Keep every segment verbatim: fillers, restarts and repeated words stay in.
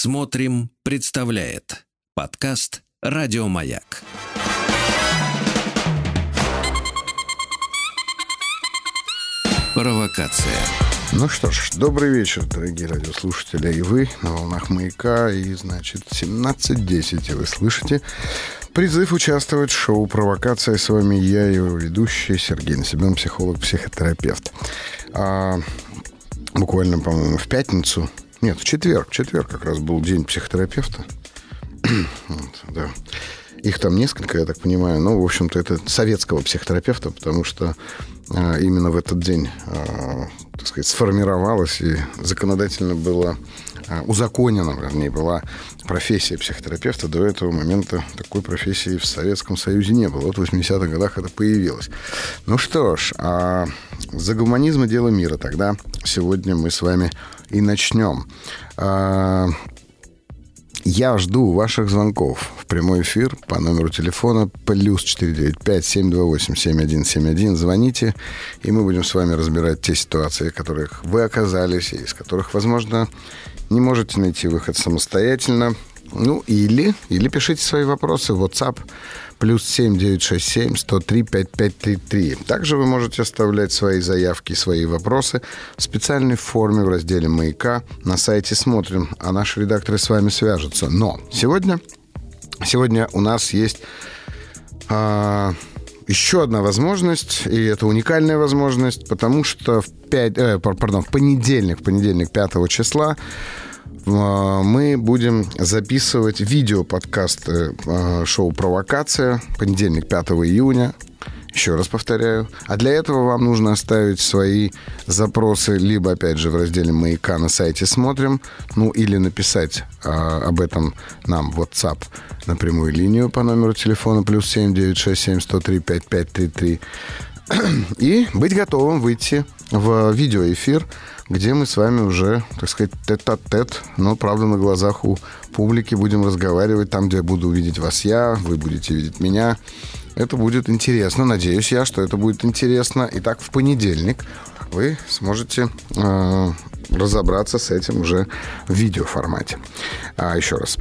Смотрим, представляет подкаст «Радио Маяк». Провокация. Ну что ж, добрый вечер, дорогие радиослушатели, и вы на волнах Маяка, и, значит, семнадцать десять, и вы слышите призыв участвовать в шоу «Провокация». С вами я, его ведущий Сергей Насибян, психолог, психотерапевт. А, буквально, по-моему, в пятницу, нет, в четверг, в четверг как раз был день психотерапевта. Вот, да. Их там несколько, я так понимаю. Ну, в общем-то, это советского психотерапевта, потому что а, именно в этот день, а, так сказать, сформировалась и законодательно была а, узаконена, вернее, была профессия психотерапевта. До этого момента такой профессии в Советском Союзе не было. Вот в восьмидесятых годах это появилось. Ну что ж, а, за гуманизм и дело мира тогда сегодня мы с вами и начнем. А, Я жду ваших звонков в прямой эфир по номеру телефона плюс четыре девять пять семь два восемь семь один семь один. Звоните, и мы будем с вами разбирать те ситуации, в которых вы оказались, и из которых, возможно, не можете найти выход самостоятельно. Ну, или, или пишите свои вопросы в WhatsApp плюс семь девять шесть семь сто три пятьдесят пять тридцать три. Также вы можете оставлять свои заявки, свои вопросы в специальной форме в разделе «Маяка» на сайте «Смотрим», а наши редакторы с вами свяжутся. Но сегодня, сегодня у нас есть а, еще одна возможность, и это уникальная возможность, потому что в, пять, э, пардон, в понедельник, в понедельник пятого числа мы будем записывать видео-подкаст шоу «Провокация». Понедельник, пятого июня. Еще раз повторяю. А для этого вам нужно оставить свои запросы либо, опять же, в разделе «Маяка» на сайте «Смотрим», ну, или написать а, об этом нам в WhatsApp на прямую линию по номеру телефона плюс семь девять шесть семь сто три пятьдесят пять тридцать три. И быть готовым выйти в видеоэфир, где мы с вами уже, так сказать, тет-а-тет, но, правда, на глазах у публики будем разговаривать, там, где я буду видеть вас я, вы будете видеть меня. Это будет интересно. Надеюсь я, что это будет интересно. Итак, в понедельник вы сможете э, разобраться с этим уже в видеоформате. А, еще раз.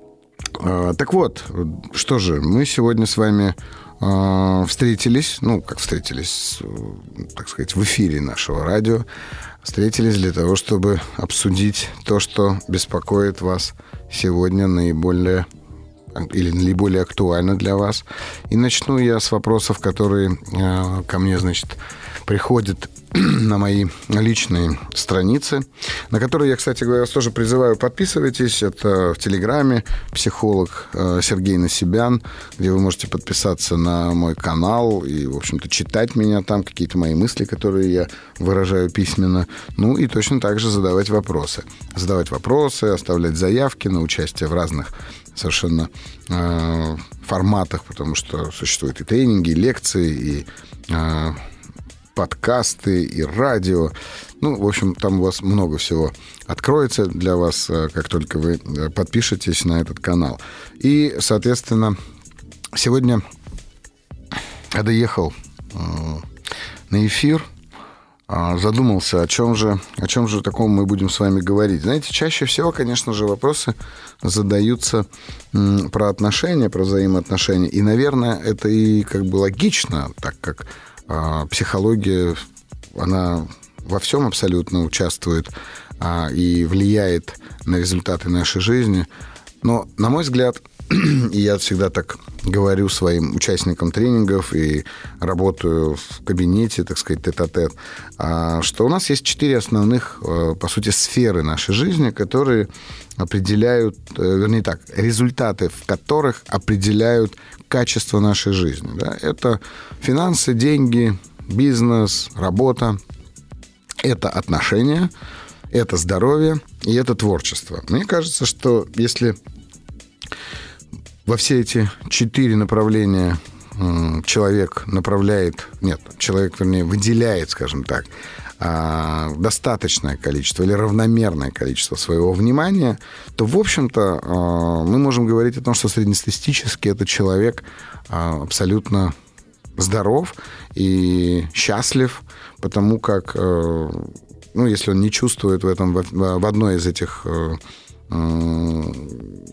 А, так вот, что же, мы сегодня с вами э, встретились, ну, как встретились, так сказать, в эфире нашего радио, встретились для того, чтобы обсудить то, что беспокоит вас сегодня наиболее или наиболее актуально для вас. И начну я с вопросов, которые э, ко мне, значит, приходят на мои личные страницы, на которые я, кстати говоря, вас тоже призываю, подписывайтесь. Это в Телеграме психолог э, Сергей Насибян, где вы можете подписаться на мой канал и, в общем-то, читать меня там, какие-то мои мысли, которые я выражаю письменно. Ну и точно так же задавать вопросы. Задавать вопросы, оставлять заявки на участие в разных совершенно э, форматах, потому что существуют и тренинги, и лекции, и э, подкасты, и радио. Ну, в общем, там у вас много всего откроется для вас, как только вы подпишетесь на этот канал. И, соответственно, сегодня, когда ехал э, на эфир, э, задумался, о чем же, о чем же таком мы будем с вами говорить. Знаете, чаще всего, конечно же, вопросы задаются м, про отношения, про взаимоотношения. И, наверное, это и как бы логично, так как э, психология, она во всем абсолютно участвует а, и влияет на результаты нашей жизни. Но, на мой взгляд, и я всегда так говорю своим участникам тренингов и работаю в кабинете, так сказать, тет-а-тет, а, что у нас есть четыре основных, по сути, сферы нашей жизни, которые определяют, вернее так, результаты в которых определяют качество нашей жизни. Да? Это финансы, деньги, бизнес, работа. Это отношения, это здоровье и это творчество. Мне кажется, что если во все эти четыре направления человек направляет, нет, человек, вернее, выделяет, скажем так, достаточное количество или равномерное количество своего внимания, то, в общем-то, мы можем говорить о том, что среднестатистически этот человек абсолютно здоров и счастлив, потому как, ну, если он не чувствует в этом, в одной из этих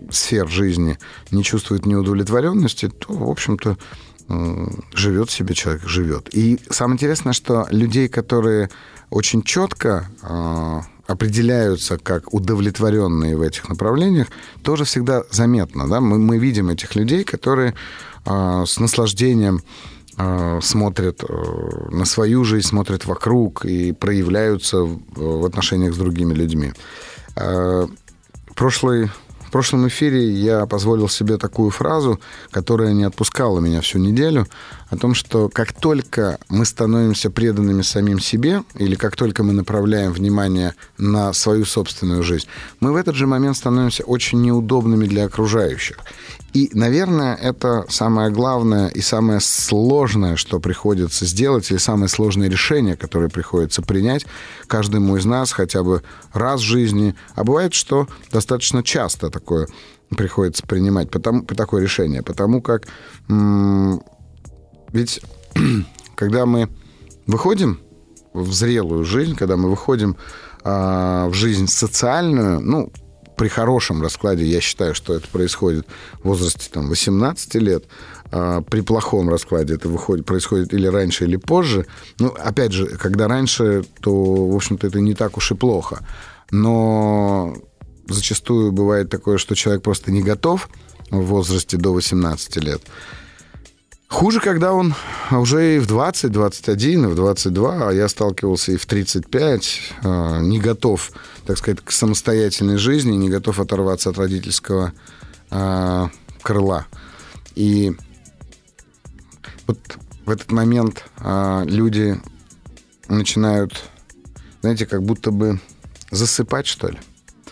сфер жизни не чувствует неудовлетворенности, то, в общем-то, живет себе человек, живет. И самое интересное, что людей, которые очень четко э, определяются как удовлетворенные в этих направлениях, тоже всегда заметно. Да? Мы, мы видим этих людей, которые э, с наслаждением э, смотрят э, на свою жизнь, смотрят вокруг и проявляются в, в отношениях с другими людьми. Э, прошлый В прошлом эфире я позволил себе такую фразу, которая не отпускала меня всю неделю, о том, что как только мы становимся преданными самим себе, или как только мы направляем внимание на свою собственную жизнь, мы в этот же момент становимся очень неудобными для окружающих. И, наверное, это самое главное и самое сложное, что приходится сделать, или самое сложное решение, которое приходится принять каждому из нас хотя бы раз в жизни. А бывает, что достаточно часто такое приходится принимать, потому, такое решение. Потому как м- ведь когда мы выходим в зрелую жизнь, когда мы выходим а, в жизнь социальную, ну, при хорошем раскладе, я считаю, что это происходит в возрасте там, восемнадцати лет. А при плохом раскладе это выходит, происходит или раньше, или позже. Ну, опять же, когда раньше, то, в общем-то, это не так уж и плохо. Но зачастую бывает такое, что человек просто не готов в возрасте до восемнадцати лет. Хуже, когда он уже и в двадцать, двадцать один, и в двадцать два, а я сталкивался и в тридцать пять, не готов, так сказать, к самостоятельной жизни, не готов оторваться от родительского крыла. И вот в этот момент люди начинают, знаете, как будто бы засыпать, что ли.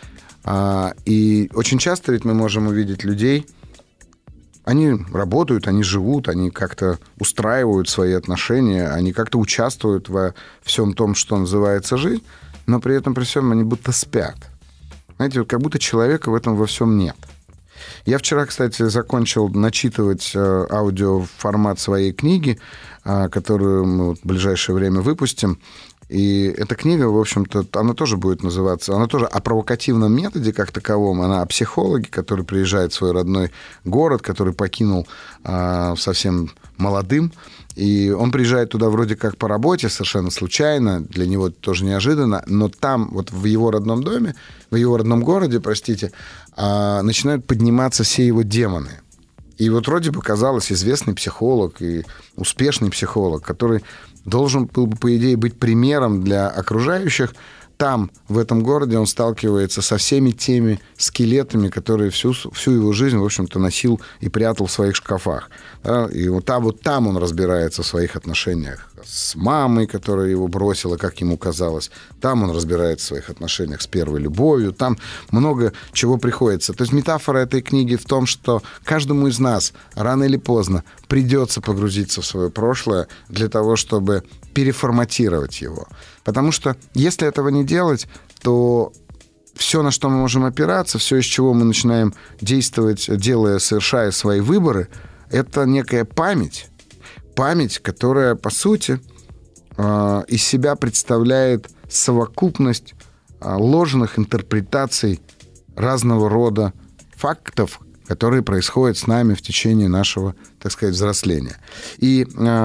И очень часто ведь мы можем увидеть людей. Они работают, они живут, они как-то устраивают свои отношения, они как-то участвуют во всем том, что называется жизнь, но при этом, при всем, они будто спят. Знаете, как будто человека в этом во всем нет. Я вчера, кстати, закончил начитывать аудиоформат своей книги, которую мы в ближайшее время выпустим. И эта книга, в общем-то, она тоже будет называться, она тоже о провокативном методе как таковом, она о психологе, который приезжает в свой родной город, который покинул э, совсем молодым, и он приезжает туда вроде как по работе, совершенно случайно, для него это тоже неожиданно, но там, вот в его родном доме, в его родном городе, простите, э, начинают подниматься все его демоны. И вот вроде бы, казалось, известный психолог и успешный психолог, который должен был бы, по идее, быть примером для окружающих. Там, в этом городе, он сталкивается со всеми теми скелетами, которые всю, всю его жизнь, в общем-то, носил и прятал в своих шкафах. Да? И вот там, вот там он разбирается в своих отношениях с мамой, которая его бросила, как ему казалось. Там он разбирается в своих отношениях с первой любовью. Там много чего приходится. То есть метафора этой книги в том, что каждому из нас рано или поздно придется погрузиться в свое прошлое для того, чтобы переформатировать его. Потому что если этого не делать, то все, на что мы можем опираться, все, из чего мы начинаем действовать, делая, совершая свои выборы, это некая память. Память, которая, по сути, из себя представляет совокупность ложных интерпретаций разного рода фактов, которые происходят с нами в течение нашего, так сказать, взросления. И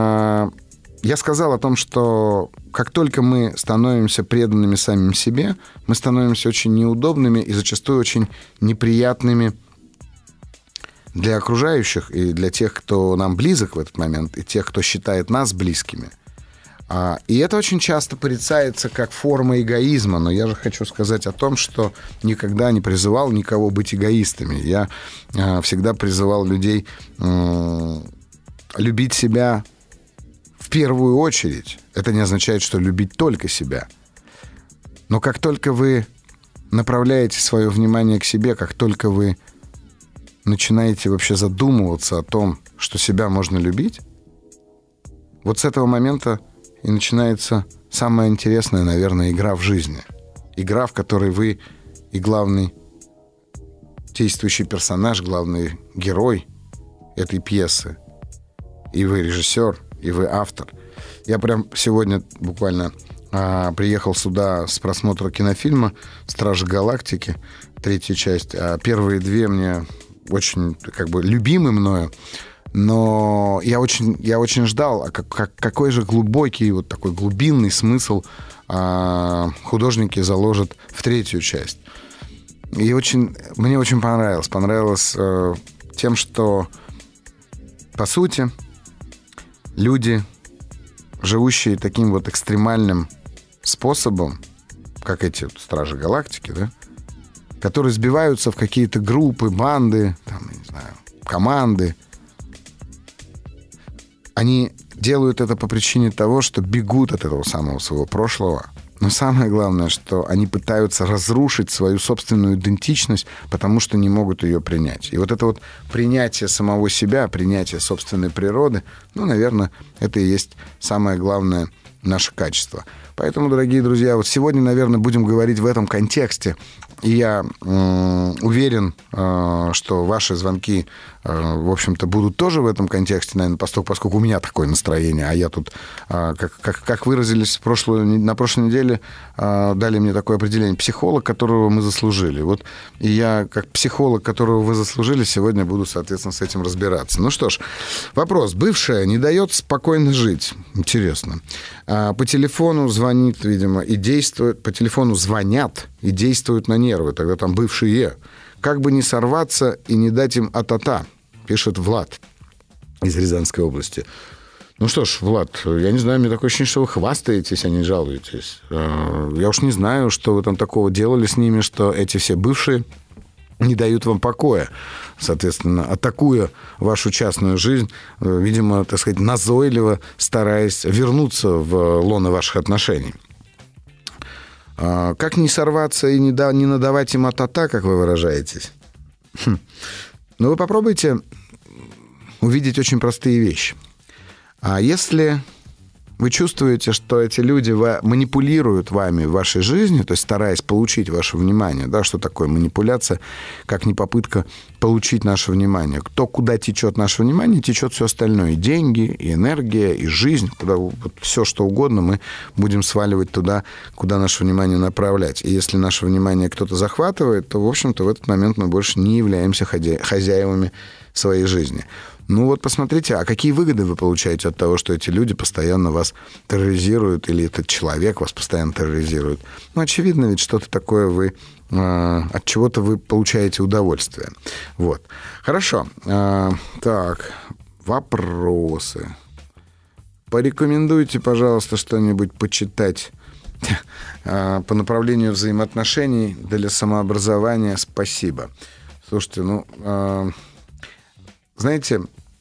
я сказал о том, что как только мы становимся преданными самим себе, мы становимся очень неудобными и зачастую очень неприятными для окружающих и для тех, кто нам близок в этот момент, и тех, кто считает нас близкими. И это очень часто порицается как форма эгоизма, но я же хочу сказать о том, что никогда не призывал никого быть эгоистами. Я всегда призывал людей любить себя в первую очередь. Это не означает, что любить только себя. Но как только вы направляете свое внимание к себе, как только вы начинаете вообще задумываться о том, что себя можно любить, вот с этого момента и начинается самая интересная, наверное, игра в жизни. Игра, в которой вы и главный действующий персонаж, главный герой этой пьесы. И вы режиссер, и вы автор. Я прям сегодня буквально а, приехал сюда с просмотра кинофильма «Стражи Галактики». третью часть. А первые две мне очень как бы любимы мною. Но я очень, я очень ждал, а как, как, какой же глубокий, вот такой глубинный смысл а, художники заложат в третью часть. И очень, мне очень понравилось. Понравилось а, тем, что, по сути, люди, живущие таким вот экстремальным способом, как эти вот Стражи Галактики, да, которые сбиваются в какие-то группы, банды, там, я не знаю, команды, они делают это по причине того, что бегут от этого самого своего прошлого. Но самое главное, что они пытаются разрушить свою собственную идентичность, потому что не могут ее принять. И вот это вот принятие самого себя, принятие собственной природы, ну, наверное, это и есть самое главное наше качество. Поэтому, дорогие друзья, вот сегодня, наверное, будем говорить в этом контексте. И я э, уверен, э, что ваши звонки, э, в общем-то, будут тоже в этом контексте, наверное, поскольку, поскольку у меня такое настроение, а я тут, э, как, как, как выразились в прошлую, на прошлой неделе, э, дали мне такое определение: психолог, которого мы заслужили. Вот, и я, как психолог, которого вы заслужили, сегодня буду, соответственно, с этим разбираться. Ну что ж, вопрос. Бывшая не дает спокойно жить. Интересно. А по телефону звонит, видимо, и действует, по телефону звонят и действуют на нервы, тогда там бывшие. Как бы не сорваться и не дать им а-та-та, пишет Влад из Рязанской области. Ну что ж, Влад, я не знаю, мне такое ощущение, что вы хвастаетесь, а не жалуетесь. Я уж не знаю, что вы там такого делали с ними, что эти все бывшие не дают вам покоя, соответственно, атакуя вашу частную жизнь, видимо, так сказать, назойливо стараясь вернуться в лоно ваших отношений. Как не сорваться и не, да, не надавать им а-та-та, как вы выражаетесь? Хм. Ну, вы попробуйте увидеть очень простые вещи. А если вы чувствуете, что эти люди манипулируют вами в вашей жизни, то есть стараясь получить ваше внимание, да, что такое манипуляция, как не попытка получить наше внимание. То, куда течет наше внимание, течет все остальное. И деньги, и энергия, и жизнь. Куда, вот все, что угодно, мы будем сваливать туда, куда наше внимание направлять. И если наше внимание кто-то захватывает, то, в общем-то, в этот момент мы больше не являемся хозяевами своей жизни. Ну вот посмотрите, а какие выгоды вы получаете от того, что эти люди постоянно вас терроризируют, или этот человек вас постоянно терроризирует? Ну, очевидно, ведь что-то такое вы... Э, от чего-то вы получаете удовольствие. Вот. Хорошо. Э, так, вопросы. Порекомендуйте, пожалуйста, что-нибудь почитать э, по направлению взаимоотношений для самообразования. Спасибо. Слушайте, ну... Э, Знаете,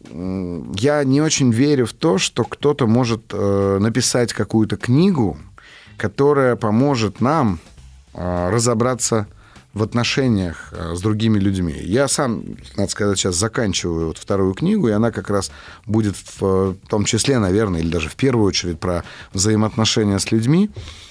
я не очень верю в то, что кто-то может э, написать какую-то книгу, которая поможет нам э, разобраться в отношениях э, с другими людьми. Я сам, надо сказать, сейчас заканчиваю вот вторую книгу, и она как раз будет в, в том числе, наверное, или даже в первую очередь про взаимоотношения с людьми.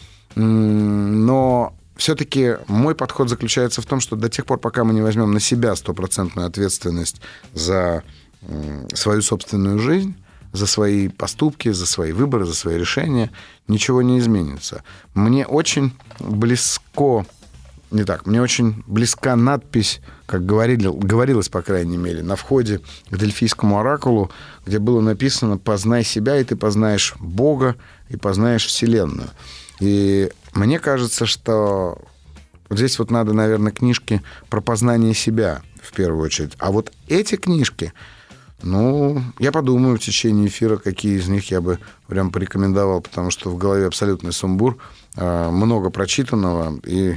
Но... Все-таки мой подход заключается в том, что до тех пор, пока мы не возьмем на себя стопроцентную ответственность за свою собственную жизнь, за свои поступки, за свои выборы, за свои решения, ничего не изменится. Мне очень близко, не так, мне очень близка надпись, как говорили, говорилось, по крайней мере, на входе к Дельфийскому оракулу, где было написано: «Познай себя, и ты познаешь Бога, и познаешь Вселенную». И мне кажется, что вот здесь вот надо, наверное, книжки про познание себя в первую очередь. А вот эти книжки, ну, я подумаю в течение эфира, какие из них я бы прям порекомендовал, потому что в голове абсолютный сумбур, много прочитанного, и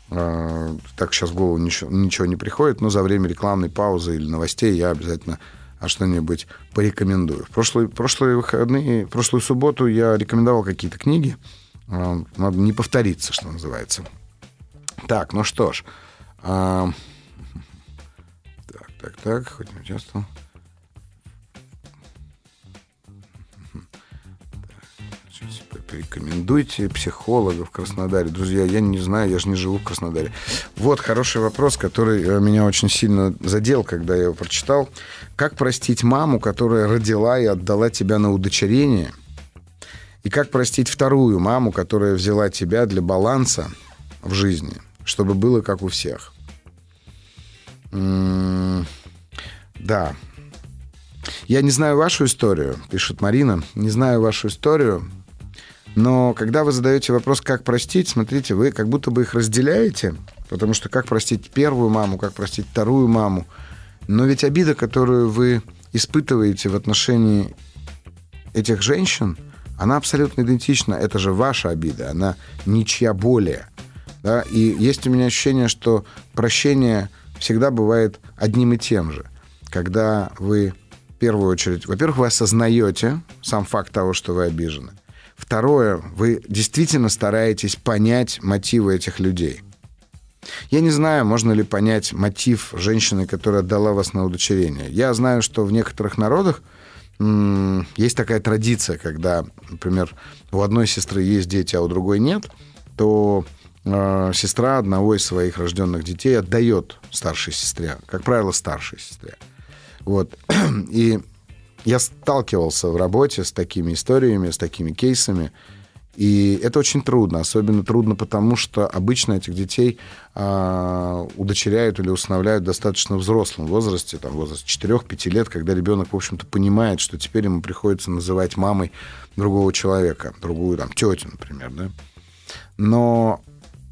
так сейчас в голову ничего, ничего не приходит, но за время рекламной паузы или новостей я обязательно что-нибудь порекомендую. В прошлые, прошлые выходные, в прошлую субботу я рекомендовал какие-то книги. Надо не повториться, что называется. Так, ну что ж. А... Так, так, так. Хоть не участвовал. Порекомендуйте психолога в Краснодаре. Друзья, я не знаю, я же не живу в Краснодаре. Вот хороший вопрос, который меня очень сильно задел, когда я его прочитал. Как простить маму, которая родила и отдала тебя на удочерение? И как простить вторую маму, которая взяла тебя для баланса в жизни, чтобы было как у всех? М- да. Я не знаю вашу историю, пишет Марина. Не знаю вашу историю. Но когда вы задаете вопрос, как простить, смотрите, вы как будто бы их разделяете. Потому что как простить первую маму, как простить вторую маму. Но ведь обида, которую вы испытываете в отношении этих женщин, она абсолютно идентична. Это же ваша обида, она ничья более. Да? И есть у меня ощущение, что прощение всегда бывает одним и тем же. Когда вы, в первую очередь, во-первых, вы осознаете сам факт того, что вы обижены. Второе, вы действительно стараетесь понять мотивы этих людей. Я не знаю, можно ли понять мотив женщины, которая отдала вас на удочерение. Я знаю, что в некоторых народах м- есть такая традиция, когда, например, у одной сестры есть дети, а у другой нет, то э, сестра одного из своих рожденных детей отдает старшей сестре, как правило, старшей сестре. Вот. И я сталкивался в работе с такими историями, с такими кейсами, и это очень трудно. Особенно трудно потому, что обычно этих детей э, удочеряют или усыновляют в достаточно взрослом возрасте, там, в возрасте четыре-пять лет, когда ребенок, в общем-то, понимает, что теперь ему приходится называть мамой другого человека, другую, там, тетю, например, да. Но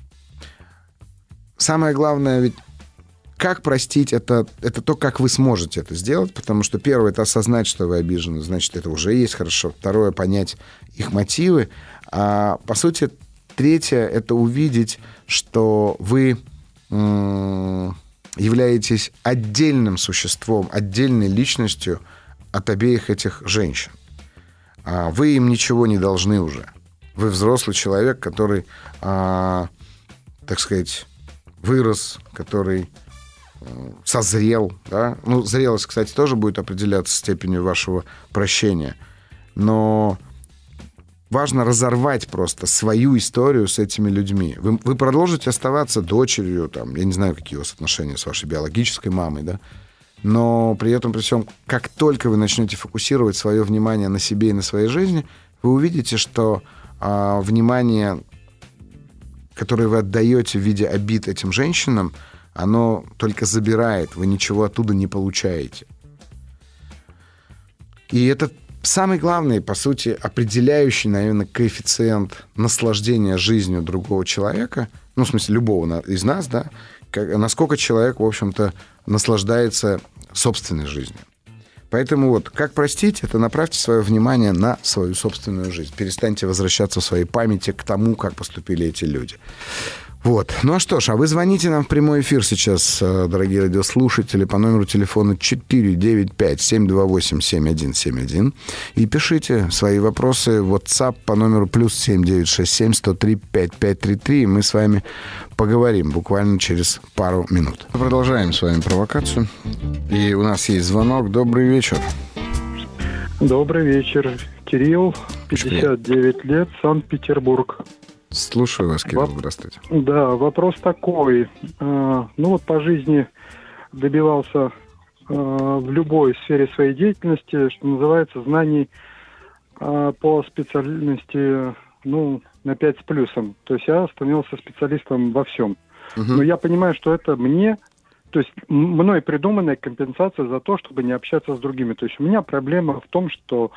самое главное ведь как простить, это, это то, как вы сможете это сделать, потому что первое — это осознать, что вы обижены, значит, это уже есть хорошо. Второе — понять их мотивы. А, по сути, третье — это увидеть, что вы м- являетесь отдельным существом, отдельной личностью от обеих этих женщин. А, вы им ничего не должны уже. Вы взрослый человек, который, а, так сказать, вырос, который созрел, да? Ну, зрелость, кстати, тоже будет определяться степенью вашего прощения. Но важно разорвать просто свою историю с этими людьми. Вы, вы продолжите оставаться дочерью, там, я не знаю, какие у вас отношения с вашей биологической мамой, да? Но при этом, при всем, как только вы начнете фокусировать свое внимание на себе и на своей жизни, вы увидите, что а, внимание, которое вы отдаете в виде обид этим женщинам, оно только забирает, вы ничего оттуда не получаете. И это самый главный, по сути, определяющий, наверное, коэффициент наслаждения жизнью другого человека, ну, в смысле, любого из нас, да, как, насколько человек, в общем-то, наслаждается собственной жизнью. Поэтому вот, как простить, это направьте свое внимание на свою собственную жизнь. Перестаньте возвращаться в своей памяти к тому, как поступили эти люди. Вот. Ну а что ж, а вы звоните нам в прямой эфир сейчас, дорогие радиослушатели, по номеру телефона четыре девять пять семь два восемь семь один семь один и пишите свои вопросы в WhatsApp по номеру плюс семь девять шесть семь сто три пятьдесят пять тридцать три, и мы с вами поговорим буквально через пару минут. Мы продолжаем с вами провокацию, и у нас есть звонок. Добрый вечер. Добрый вечер. Кирилл, пятьдесят девять лет, Санкт-Петербург. Слушаю вас, Кирилл, здравствуйте. Да, вопрос такой. Ну вот по жизни добивался в любой сфере своей деятельности, что называется, знаний по специальности, ну, на пять с плюсом. То есть я становился специалистом во всем. Угу. Но я понимаю, что это мне, то есть мной придуманная компенсация за то, чтобы не общаться с другими. То есть у меня проблема в том, что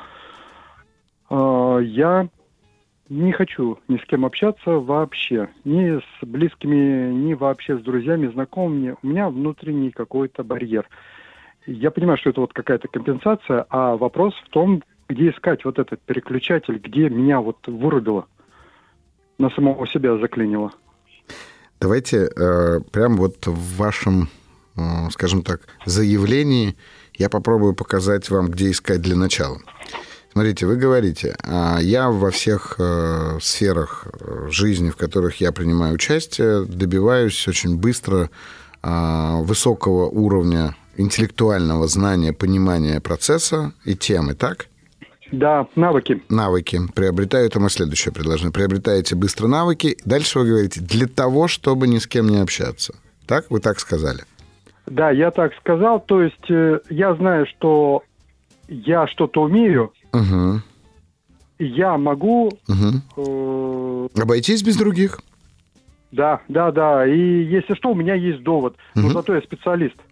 я не хочу ни с кем общаться вообще. Ни с близкими, ни вообще с друзьями, знакомыми. У меня внутренний какой-то барьер. Я понимаю, что это вот какая-то компенсация, а вопрос в том, где искать вот этот переключатель, где меня вот вырубило, на самого себя заклинило. Давайте э, прям вот в вашем, э, скажем так, заявлении я попробую показать вам, где искать для начала. Смотрите, вы говорите, я во всех э, сферах жизни, в которых я принимаю участие, добиваюсь очень быстро э, высокого уровня интеллектуального знания, понимания процесса и темы, так? Да, навыки. Навыки. Приобретаю, это мое следующее предложение. Приобретаете быстро навыки. Дальше вы говорите, для того, чтобы ни с кем не общаться. Так? Вы так сказали? Да, я так сказал. То есть э, я знаю, что я что-то умею, угу. Я могу... Угу. Э... Обойтись без других? Да, да, да. И если что, у меня есть довод. Угу. Но зато я специалист.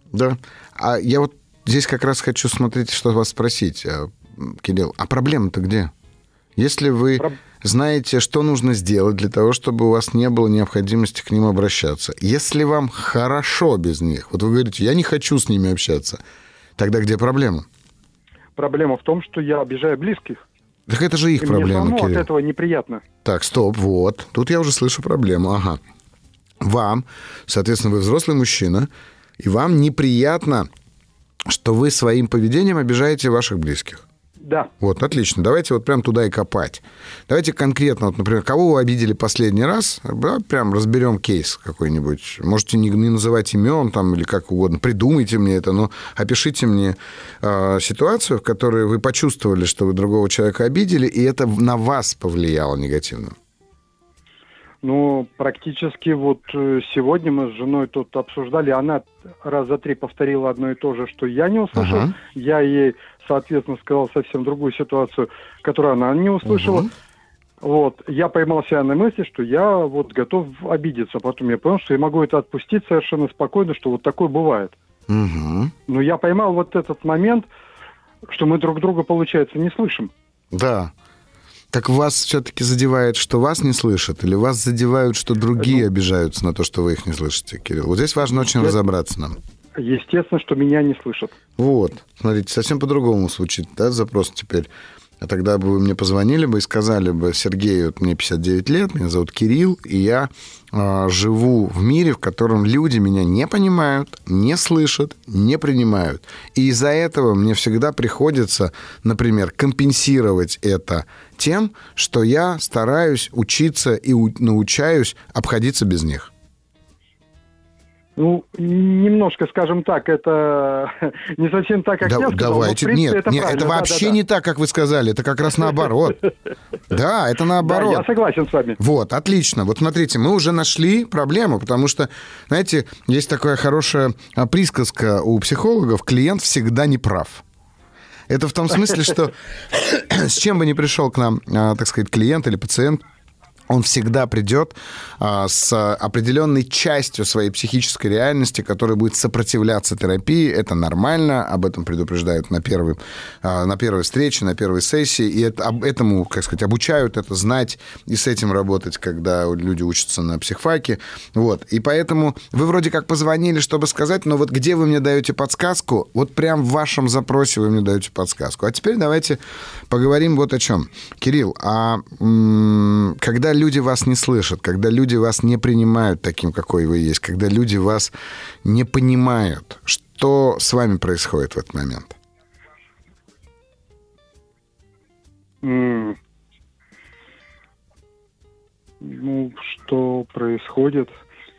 Да. А я вот здесь как раз хочу, смотрите, что вас спросить, Кирилл. А проблема-то где? Если вы Проб... знаете, что нужно сделать для того, чтобы у вас не было необходимости к ним обращаться, если вам хорошо без них, вот вы говорите, я не хочу с ними общаться, тогда где проблема? Проблема в том, что я обижаю близких. Так это же их и проблема, мне самому Кирилл. От этого неприятно. Так, стоп, вот. Тут я уже слышу проблему. Ага. Вам, соответственно, вы взрослый мужчина, и вам неприятно, что вы своим поведением обижаете ваших близких. Да. Вот, отлично. Давайте вот прям туда и копать. Давайте конкретно, вот, например, кого вы обидели последний раз, да, прям разберем кейс какой-нибудь. Можете не, не называть имен там или как угодно, придумайте мне это, но опишите мне э, ситуацию, в которой вы почувствовали, что вы другого человека обидели, и это на вас повлияло негативно. Ну, практически вот сегодня мы с женой тут обсуждали, она раза три повторила одно и то же, что я не услышал. Uh-huh. Я ей, соответственно, сказал совсем другую ситуацию, которую она не услышала. Uh-huh. Вот. Я поймал себя на мысли, что я вот готов обидеться. Потом я понял, что я могу это отпустить совершенно спокойно, что вот такое бывает. Uh-huh. Но я поймал вот этот момент, что мы друг друга, получается, не слышим. Да. Так вас все-таки задевает, что вас не слышат, или вас задевают, что другие ну, обижаются на то, что вы их не слышите, Кирилл? Вот здесь важно очень я... разобраться нам. Естественно, что меня не слышат. Вот. Смотрите, совсем по-другому звучит, да, запрос теперь. А тогда бы вы мне позвонили бы и сказали бы: Сергей, вот мне пятьдесят девять лет, меня зовут Кирилл, и я э, живу в мире, в котором люди меня не понимают, не слышат, не принимают. И из-за этого мне всегда приходится, например, компенсировать это тем, что я стараюсь учиться и у- научаюсь обходиться без них. Ну, немножко, скажем так, это не совсем так, как да, я сказал. Давайте, но, в принципе, нет, это, нет, это вообще да, да, не так, как вы сказали, это как раз наоборот. Да, это наоборот. Да, я согласен с вами. Вот, отлично. Вот смотрите, мы уже нашли проблему, потому что, знаете, есть такая хорошая присказка у психологов: клиент всегда не прав. Это в том смысле, что с чем бы ни пришел к нам, так сказать, клиент или пациент, он всегда придет а, с определенной частью своей психической реальности, которая будет сопротивляться терапии. Это нормально, об этом предупреждают на, первой, а, на первой встрече, на первой сессии. И это, об, этому, как сказать, обучают это знать и с этим работать, когда люди учатся на психфаке. Вот. И поэтому вы вроде как позвонили, чтобы сказать, но вот где вы мне даете подсказку, вот прям в вашем запросе вы мне даете подсказку. А теперь давайте поговорим вот о чем. Кирилл, а м- когда люди вас не слышат, когда люди вас не принимают таким, какой вы есть, когда люди вас не понимают, что с вами происходит в этот момент? Mm. Ну, что происходит?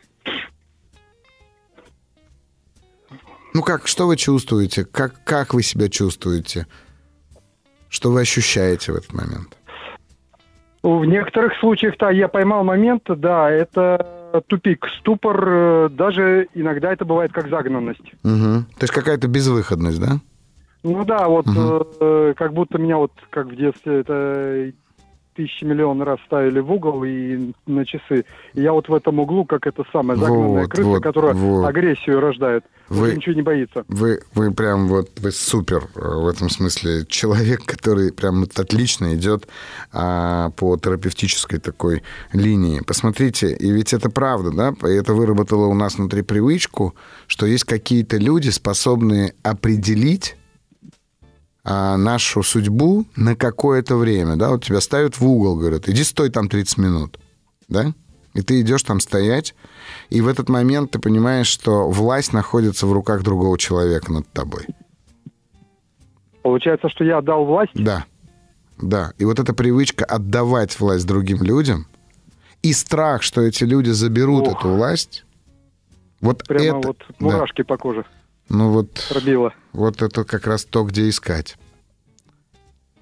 Ну, как, что вы чувствуете? Как, как вы себя чувствуете? Что вы ощущаете в этот момент? В некоторых случаях, да, я поймал момент, да, это тупик, ступор, даже иногда это бывает как загнанность. Угу. То есть какая-то безвыходность, да? Ну да, вот угу. э, как будто меня вот, как в детстве, это тысячи миллион раз ставили в угол и на часы. И я вот в этом углу, как это самая загнанная вот, крыса, вот, которая вот. агрессию рождает. Вы, уже ничего не боится. Вы, вы прям вот, вы супер в этом смысле человек, который прям отлично идет а, по терапевтической такой линии. Посмотрите, и ведь это правда, да? И это выработало у нас внутри привычку, что есть какие-то люди, способные определить а, нашу судьбу на какое-то время, да? Вот тебя ставят в угол, говорят, иди стой там тридцать минут, да? И ты идешь там стоять, и в этот момент ты понимаешь, что власть находится в руках другого человека над тобой. Получается, что я отдал власть? Да, да. И вот эта привычка отдавать власть другим людям, и страх, что эти люди заберут Ох. эту власть, вот прямо это... вот мурашки да. по коже. Ну вот, пробило. Вот это как раз то, где искать.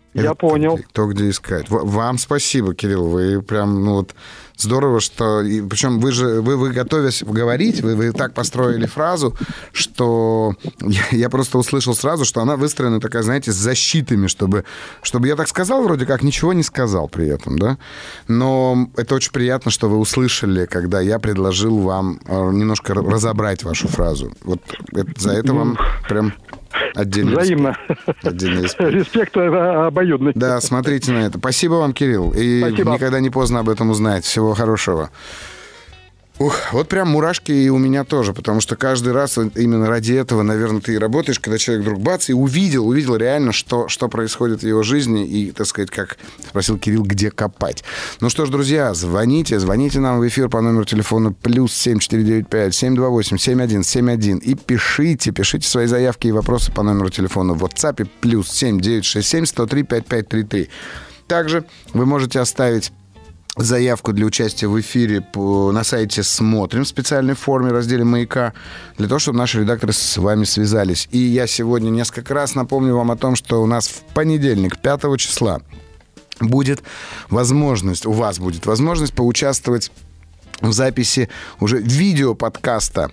Я Это понял. То, где искать. Вам спасибо, Кирилл. Вы прям, ну вот, здорово, что... И, причем вы же, вы, вы готовясь говорить, вы, вы так построили фразу, что я, я просто услышал сразу, что она выстроена такая, знаете, с защитами, чтобы, чтобы я так сказал, вроде как ничего не сказал при этом, да? Но это очень приятно, что вы услышали, когда я предложил вам немножко разобрать вашу фразу. Вот это, за это вам прям... Отдельный Взаимно. респект. Отдельный респект. Респект обоюдный. Да, смотрите на это. Спасибо вам, Кирилл. И Спасибо. Никогда не поздно об этом узнать. Всего хорошего. Ух, вот прям мурашки и у меня тоже, потому что каждый раз именно ради этого, наверное, ты и работаешь, когда человек вдруг бац, и увидел, увидел реально, что, что происходит в его жизни, и, так сказать, как спросил Кирилл, где копать. Ну что ж, друзья, звоните, звоните нам в эфир по номеру телефона плюс семь четыре девять пять семь два восемь семь один семь один и пишите, пишите свои заявки и вопросы по номеру телефона в WhatsApp плюс семь девять шесть семь сто три пятьдесят пять тридцать три. Также вы можете оставить заявку для участия в эфире по, на сайте «Смотрим» в специальной форме в разделе «Маяка», для того, чтобы наши редакторы с вами связались. И я сегодня несколько раз напомню вам о том, что у нас в понедельник, пятого числа, будет возможность, у вас будет возможность поучаствовать в записи уже видеоподкаста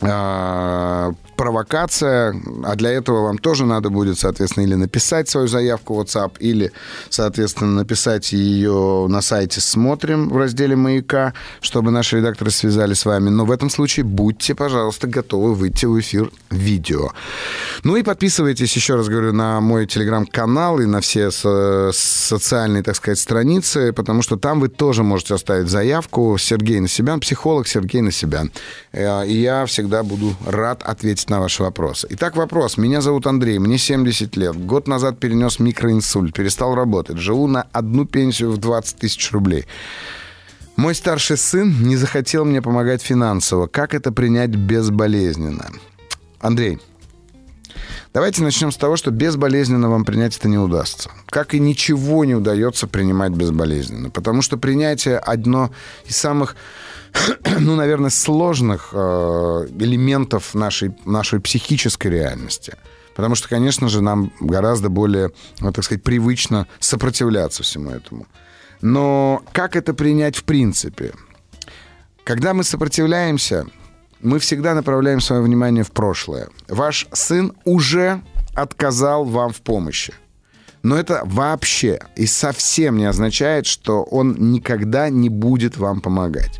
«Провокация», а для этого вам тоже надо будет, соответственно, или написать свою заявку в WhatsApp, или, соответственно, написать ее на сайте «Смотрим» в разделе «Маяка», чтобы наши редакторы связались с вами. Но в этом случае будьте, пожалуйста, готовы выйти в эфир видео. Ну и подписывайтесь, еще раз говорю, на мой телеграм-канал и на все со- социальные, так сказать, страницы, потому что там вы тоже можете оставить заявку. Сергей Насибян, психолог Сергей Насибян. И я всегда буду рад ответить на ваши вопросы. Итак, вопрос. Меня зовут Андрей, мне семьдесят лет. Год назад перенес микроинсульт, перестал работать. Живу на одну пенсию в двадцать тысяч рублей. Мой старший сын не захотел мне помогать финансово. Как это принять безболезненно? Андрей, давайте начнем с того, что безболезненно вам принять это не удастся. Как и ничего не удается принимать безболезненно. Потому что принятие одно из самых, ну, наверное, сложных э, элементов нашей, нашей психической реальности. Потому что, конечно же, нам гораздо более, ну, так сказать, привычно сопротивляться всему этому. Но как это принять в принципе? Когда мы сопротивляемся, мы всегда направляем свое внимание в прошлое. Ваш сын уже отказал вам в помощи. Но это вообще и совсем не означает, что он никогда не будет вам помогать.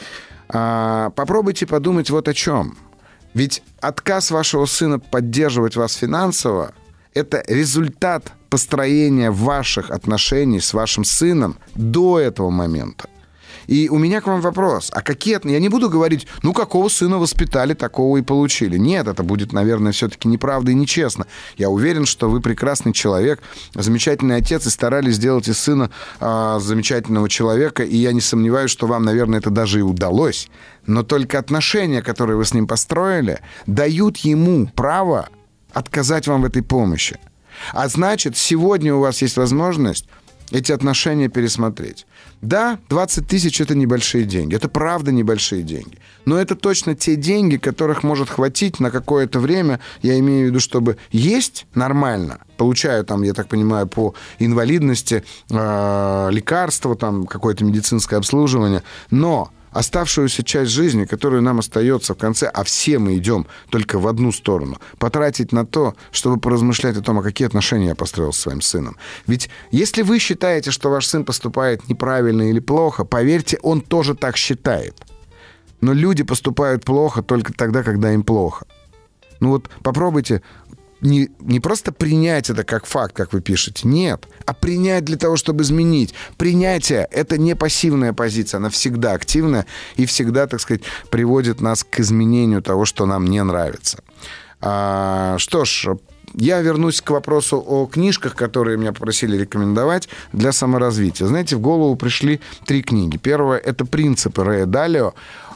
А, попробуйте подумать вот о чем. Ведь отказ вашего сына поддерживать вас финансово – это результат построения ваших отношений с вашим сыном до этого момента. И у меня к вам вопрос. А какие... Я не буду говорить, ну, какого сына воспитали, такого и получили. Нет, это будет, наверное, все-таки неправда и нечестно. Я уверен, что вы прекрасный человек, замечательный отец, и старались сделать из сына э, замечательного человека. И я не сомневаюсь, что вам, наверное, это даже и удалось. Но только отношения, которые вы с ним построили, дают ему право отказать вам в этой помощи. А значит, сегодня у вас есть возможность эти отношения пересмотреть. Да, двадцать тысяч – это небольшие деньги. Это правда небольшие деньги. Но это точно те деньги, которых может хватить на какое-то время. Я имею в виду, чтобы есть нормально. Получаю, там, я так понимаю, по инвалидности э, лекарства, там, какое-то медицинское обслуживание. Но оставшуюся часть жизни, которая нам остается в конце, а все мы идем только в одну сторону, потратить на то, чтобы поразмышлять о том, а какие отношения я построил со своим сыном. Ведь если вы считаете, что ваш сын поступает неправильно или плохо, поверьте, он тоже так считает. Но люди поступают плохо только тогда, когда им плохо. Ну вот попробуйте не, не просто принять это как факт, как вы пишете, нет, а принять для того, чтобы изменить. Принятие – это не пассивная позиция, она всегда активная и всегда, так сказать, приводит нас к изменению того, что нам не нравится. А, что ж, я вернусь к вопросу о книжках, которые меня попросили рекомендовать для саморазвития. Знаете, в голову пришли три книги. Первая – это «Принципы» Рэя Далио.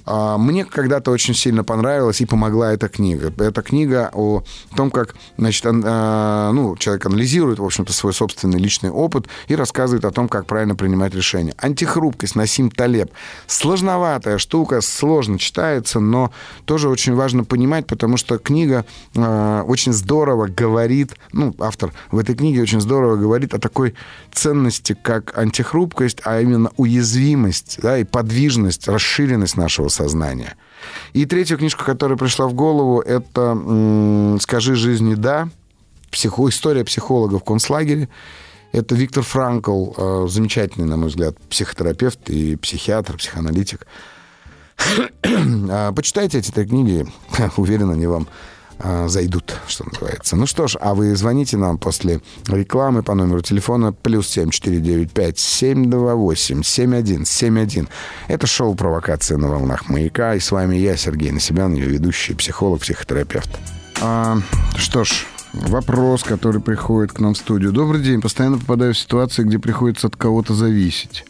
Мне когда-то очень сильно понравилась и помогла эта книга. Это книга о том, как, значит, ну, человек анализирует, в общем-то, свой собственный личный опыт и рассказывает о том, как правильно принимать решения. «Антихрупкость» Насим Талеб. Сложноватая штука, сложно читается, но тоже очень важно понимать, потому что книга очень здорово говорит, ну, автор в этой книге очень здорово говорит о такой ценности, как антихрупкость, а именно уязвимость, да, и подвижность, расширенность нашего сознания. И третью книжку, которая пришла в голову, это «Скажи жизни да», психо, история психолога в концлагере. Это Виктор Франкл, замечательный, на мой взгляд, психотерапевт и психиатр, психоаналитик. Почитайте эти три книги, уверен, они вам зайдут, что называется. Ну что ж, а вы звоните нам после рекламы по номеру телефона плюс семь четыре девять пять семь два восемь семь один семь один. Это шоу «Провокация на волнах Маяка», и с вами я, Сергей Насибян, ее ведущий психолог, психотерапевт. А, что ж, вопрос, который приходит к нам в студию. Добрый день. Постоянно попадаю в ситуации, где приходится от кого-то зависеть.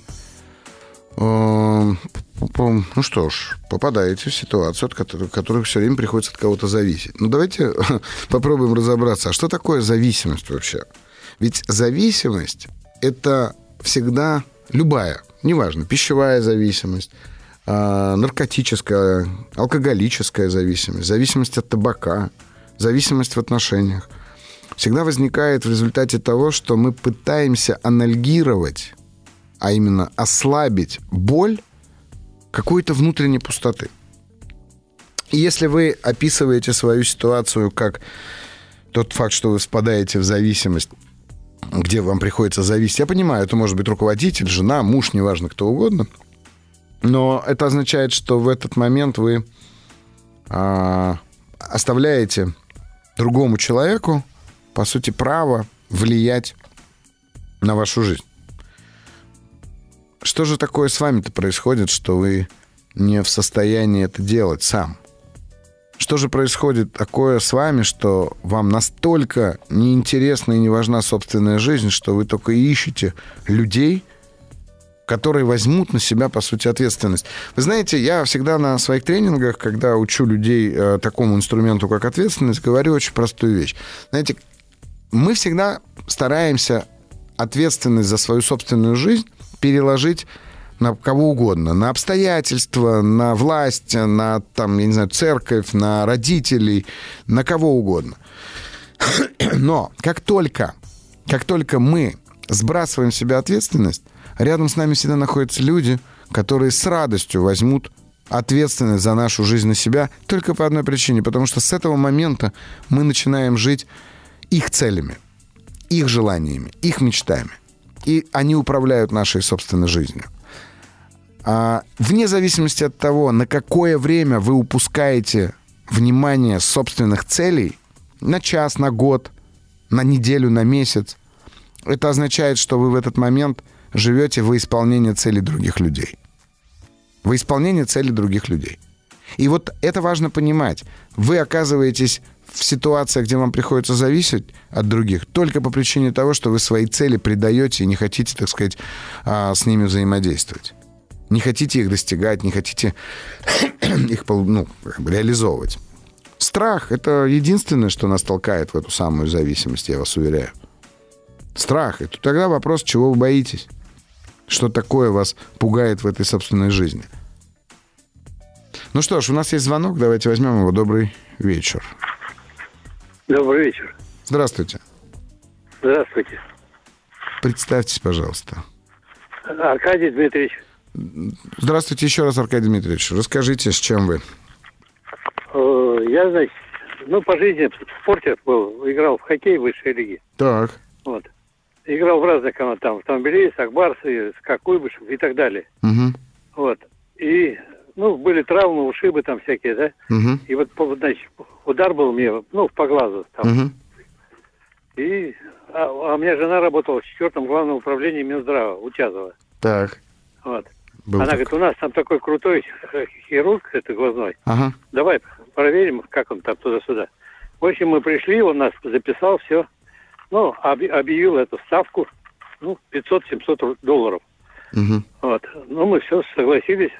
Ну что ж, попадаете в ситуацию, от которой, в которой все время приходится от кого-то зависеть. Ну, давайте попробуем разобраться, а что такое зависимость вообще? Ведь зависимость – это всегда любая, неважно, пищевая зависимость, наркотическая, алкоголическая зависимость, зависимость от табака, зависимость в отношениях. Всегда возникает в результате того, что мы пытаемся анальгировать, а именно ослабить боль какой-то внутренней пустоты. И если вы описываете свою ситуацию как тот факт, что вы впадаете в зависимость, где вам приходится зависеть, я понимаю, это может быть руководитель, жена, муж, неважно, кто угодно, но это означает, что в этот момент вы а, оставляете другому человеку, по сути, право влиять на вашу жизнь. Что же такое с вами-то происходит, что вы не в состоянии это делать сам? Что же происходит такое с вами, что вам настолько неинтересна и не важна собственная жизнь, что вы только ищете людей, которые возьмут на себя, по сути, ответственность? Вы знаете, я всегда на своих тренингах, когда учу людей э, такому инструменту, как ответственность, говорю очень простую вещь. Знаете, мы всегда стараемся ответственность за свою собственную жизнь переложить на кого угодно, на обстоятельства, на власть, на, там, я не знаю, церковь, на родителей, на кого угодно. Но как только, как только мы сбрасываем с себя ответственность, рядом с нами всегда находятся люди, которые с радостью возьмут ответственность за нашу жизнь на себя только по одной причине, потому что с этого момента мы начинаем жить их целями, их желаниями, их мечтами. И они управляют нашей собственной жизнью. А вне зависимости от того, на какое время вы упускаете внимание собственных целей, на час, на год, на неделю, на месяц, это означает, что вы в этот момент живете во исполнение целей других людей. Во исполнение целей других людей. И вот это важно понимать. Вы оказываетесь в ситуациях, где вам приходится зависеть от других, только по причине того, что вы свои цели предаете и не хотите, так сказать, с ними взаимодействовать. Не хотите их достигать, не хотите их, ну, реализовывать. Страх – это единственное, что нас толкает в эту самую зависимость, я вас уверяю. Страх. И тогда вопрос, чего вы боитесь? Что такое вас пугает в этой собственной жизни? Ну что ж, у нас есть звонок, давайте возьмем его. Добрый вечер. Добрый вечер. Здравствуйте. Здравствуйте. Представьтесь, пожалуйста. Аркадий Дмитриевич. Здравствуйте еще раз, Аркадий Дмитриевич. Расскажите, с чем вы? Я, значит, ну, по жизни в спорте был, играл в хоккей в высшей лиге. Так. Вот. Играл в разных командах, там, автомобилист, Акбарсы, СКА Куйбышев и так далее. Угу. Вот. И, ну, были травмы, ушибы там всякие, да? Угу. И вот, значит, удар был мне, ну, по глазу там. Угу. И, а, а у меня жена работала в четвертом главном управлении Минздрава, Утязова. Так. Вот. Был Она так. говорит, у нас там такой крутой хирург, это глазной. Ага. Давай проверим, как он там туда-сюда. В общем, мы пришли, он нас записал, все. Ну, объявил эту ставку, ну, пятьсот-семьсот долларов. Угу. Вот. Ну, мы все согласились.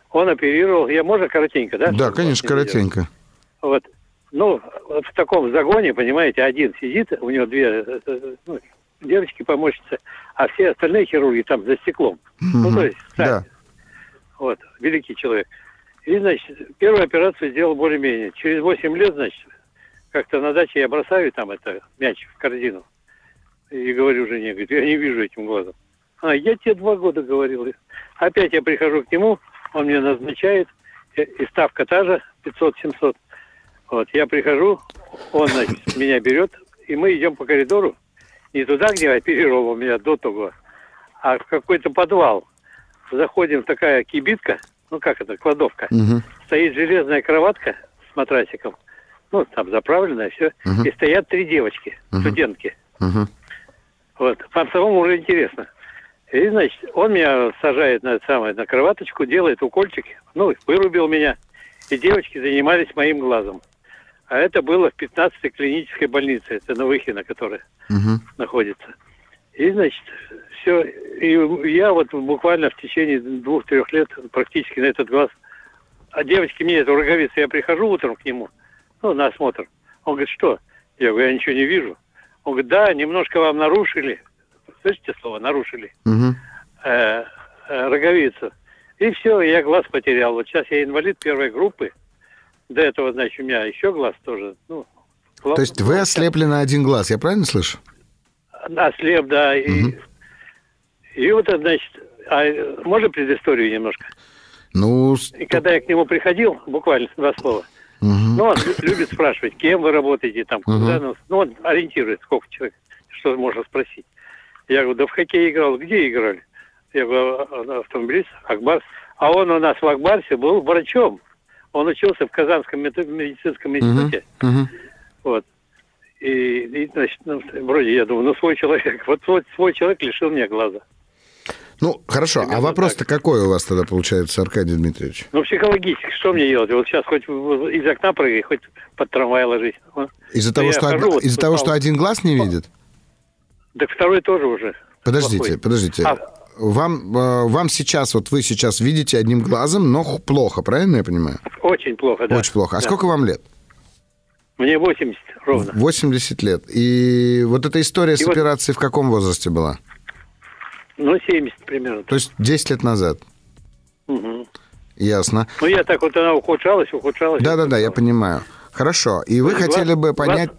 Он оперировал. Я, можно коротенько, да? Да, конечно, коротенько. Вот. Ну, вот в таком загоне, понимаете, один сидит, у него две ну, девочки-помощницы, а все остальные хирурги там за стеклом. Mm-hmm. Ну, то есть, да. Вот, великий человек. И, значит, первую операцию сделал более-менее. Через восемь лет, значит, как-то на даче я бросаю там это мяч в корзину. И говорю жене, говорит, я не вижу этим глазом. А, я тебе два года говорил. Опять я прихожу к нему, он мне назначает, и ставка та же, пятьсот-семьсот. Вот, я прихожу, он, значит, меня берет, и мы идем по коридору, не туда, где оперировал меня до того, а в какой-то подвал. Заходим, такая кибитка, ну как это, кладовка. Угу. Стоит железная кроватка с матрасиком, ну там заправленная, все, угу. И стоят три девочки, угу. студентки. Угу. Вот, по-самому уже интересно. И, значит, он меня сажает на, самое, на кроваточку, делает укольчик, ну, вырубил меня, и девочки занимались моим глазом. А это было в пятнадцатой клинической больнице, это Новыхино, которая угу. находится. И, значит, все, и я вот буквально в течение двух-трех лет практически на этот глаз, а девочки мне эту роговицу, я прихожу утром к нему, ну, на осмотр, он говорит, что? Я говорю, я ничего не вижу. Он говорит, да, немножко вам нарушили, слышите слово, нарушили, угу. э, э, роговицу. И все, я глаз потерял. Вот сейчас я инвалид первой группы. До этого, значит, у меня еще глаз тоже. Ну, глаз, то есть вы ослепли на один глаз, я правильно слышу? Ослеп, да. Угу. И, и вот, значит, а можно предысторию немножко? Ну... И когда я к нему приходил, буквально два слова, угу. ну, он любит спрашивать, кем вы работаете, там, угу. куда, ну, ну, он ориентирует, сколько человек, что можно спросить. Я говорю, да в хоккей играл. Где играли? Я говорю, автомобилист, Акбарс. А он у нас в Акбарсе был врачом. Он учился в Казанском медицинском институте. Uh-huh. Uh-huh. Вот. И, и, значит, ну, вроде я думаю, ну, свой человек. Вот свой, свой человек лишил меня глаза. Ну, хорошо. Примерно а вопрос-то так. Какой у вас тогда получается, Аркадий Дмитриевич? Ну, психологически. Что мне делать? Вот сейчас хоть из окна прыгай, хоть под трамвай ложись. Из-за того, что, од... вот, из-за того что один глаз не видит? Так второй тоже уже. Подождите, плохой. подождите. А... Вам, вам сейчас, вот вы сейчас видите одним глазом, но плохо, правильно я понимаю? Очень плохо, да. Очень плохо. А да. сколько вам лет? Мне восемьдесят ровно. восемьдесят лет. И вот эта история И с вот... операцией в каком возрасте была? Ну, семьдесят примерно. То есть десять лет назад? Угу. Ясно. Ну, я так вот, она ухудшалась, ухудшалась. Да-да-да, я понимаю. Хорошо. И вы глаз, хотели бы понять...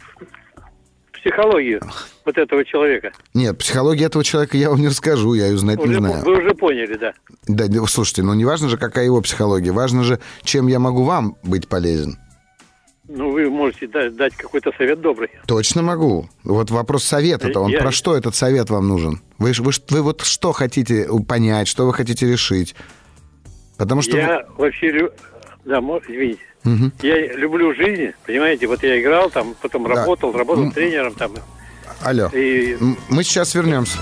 Психологию вот этого человека. Нет, психологию этого человека я вам не расскажу, я ее знать уже, не знаю. Вы уже поняли, да. Да, слушайте, ну не важно же, какая его психология, важно же, чем я могу вам быть полезен. Ну, вы можете дать, дать какой-то совет добрый. Точно могу. Вот вопрос совета-то, он я... про что этот совет вам нужен? Вы, вы, вы вот что хотите понять, что вы хотите решить? Потому что... Я вы... вообще... Да, извините. Угу. Я люблю жизнь, понимаете, вот я играл там, потом да. работал, работал М- тренером там. Алло, и... мы сейчас вернемся.